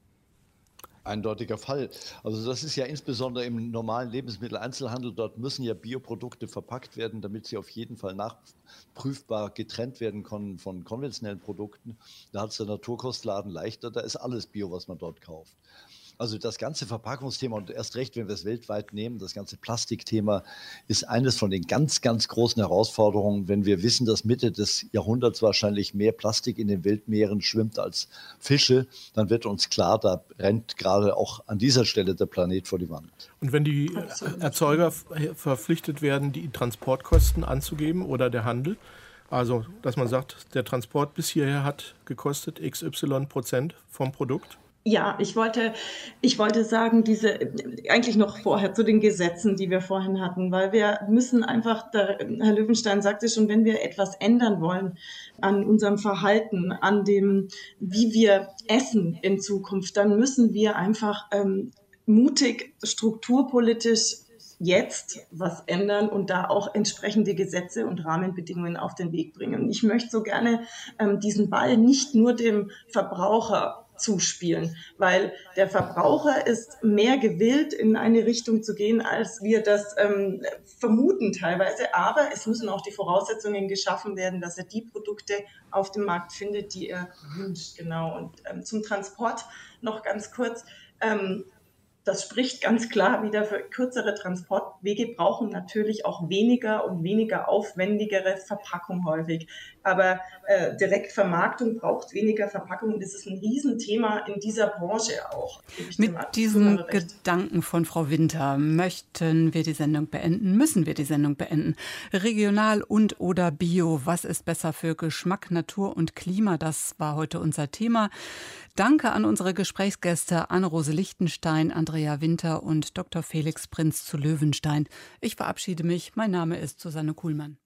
Eindeutiger Fall. Also das ist ja insbesondere im normalen Lebensmitteleinzelhandel, dort müssen ja Bioprodukte verpackt werden, damit sie auf jeden Fall nachprüfbar getrennt werden können von konventionellen Produkten. Da hat es der Naturkostladen leichter, da ist alles Bio, was man dort kauft. Also das ganze Verpackungsthema und erst recht, wenn wir es weltweit nehmen, das ganze Plastikthema ist eines von den ganz, ganz großen Herausforderungen. Wenn wir wissen, dass Mitte des Jahrhunderts wahrscheinlich mehr Plastik in den Weltmeeren schwimmt als Fische, dann wird uns klar, da rennt gerade auch an dieser Stelle der Planet vor die Wand. Und wenn die Erzeuger verpflichtet werden, die Transportkosten anzugeben oder der Handel, also dass man sagt, der Transport bis hierher hat gekostet x y Prozent vom Produkt? Ja, ich wollte, ich wollte sagen, diese, eigentlich noch vorher zu den Gesetzen, die wir vorhin hatten, weil wir müssen einfach, der, Herr Löwenstein sagte schon, wenn wir etwas ändern wollen an unserem Verhalten, an dem, wie wir essen in Zukunft, dann müssen wir einfach ähm, mutig, strukturpolitisch jetzt was ändern und da auch entsprechende Gesetze und Rahmenbedingungen auf den Weg bringen. Ich möchte so gerne ähm, diesen Ball nicht nur dem Verbraucher zuspielen, weil der Verbraucher ist mehr gewillt, in eine Richtung zu gehen, als wir das ähm, vermuten teilweise. Aber es müssen auch die Voraussetzungen geschaffen werden, dass er die Produkte auf dem Markt findet, die er wünscht. Genau. Und ähm, zum Transport noch ganz kurz. Ähm, Das spricht ganz klar wieder für kürzere Transportwege, brauchen natürlich auch weniger und weniger aufwendigere Verpackung häufig. Aber äh, Direktvermarktung braucht weniger Verpackung. Das ist ein Riesenthema in dieser Branche auch. Mit diesem Gedanken von Frau Winter möchten wir die Sendung beenden, müssen wir die Sendung beenden. Regional und oder Bio, was ist besser für Geschmack, Natur und Klima? Das war heute unser Thema. Danke an unsere Gesprächsgäste Anne-Rose Lichtenstein, Andrea Winter und Doktor Felix Prinz zu Löwenstein. Ich verabschiede mich. Mein Name ist Susanne Kuhlmann.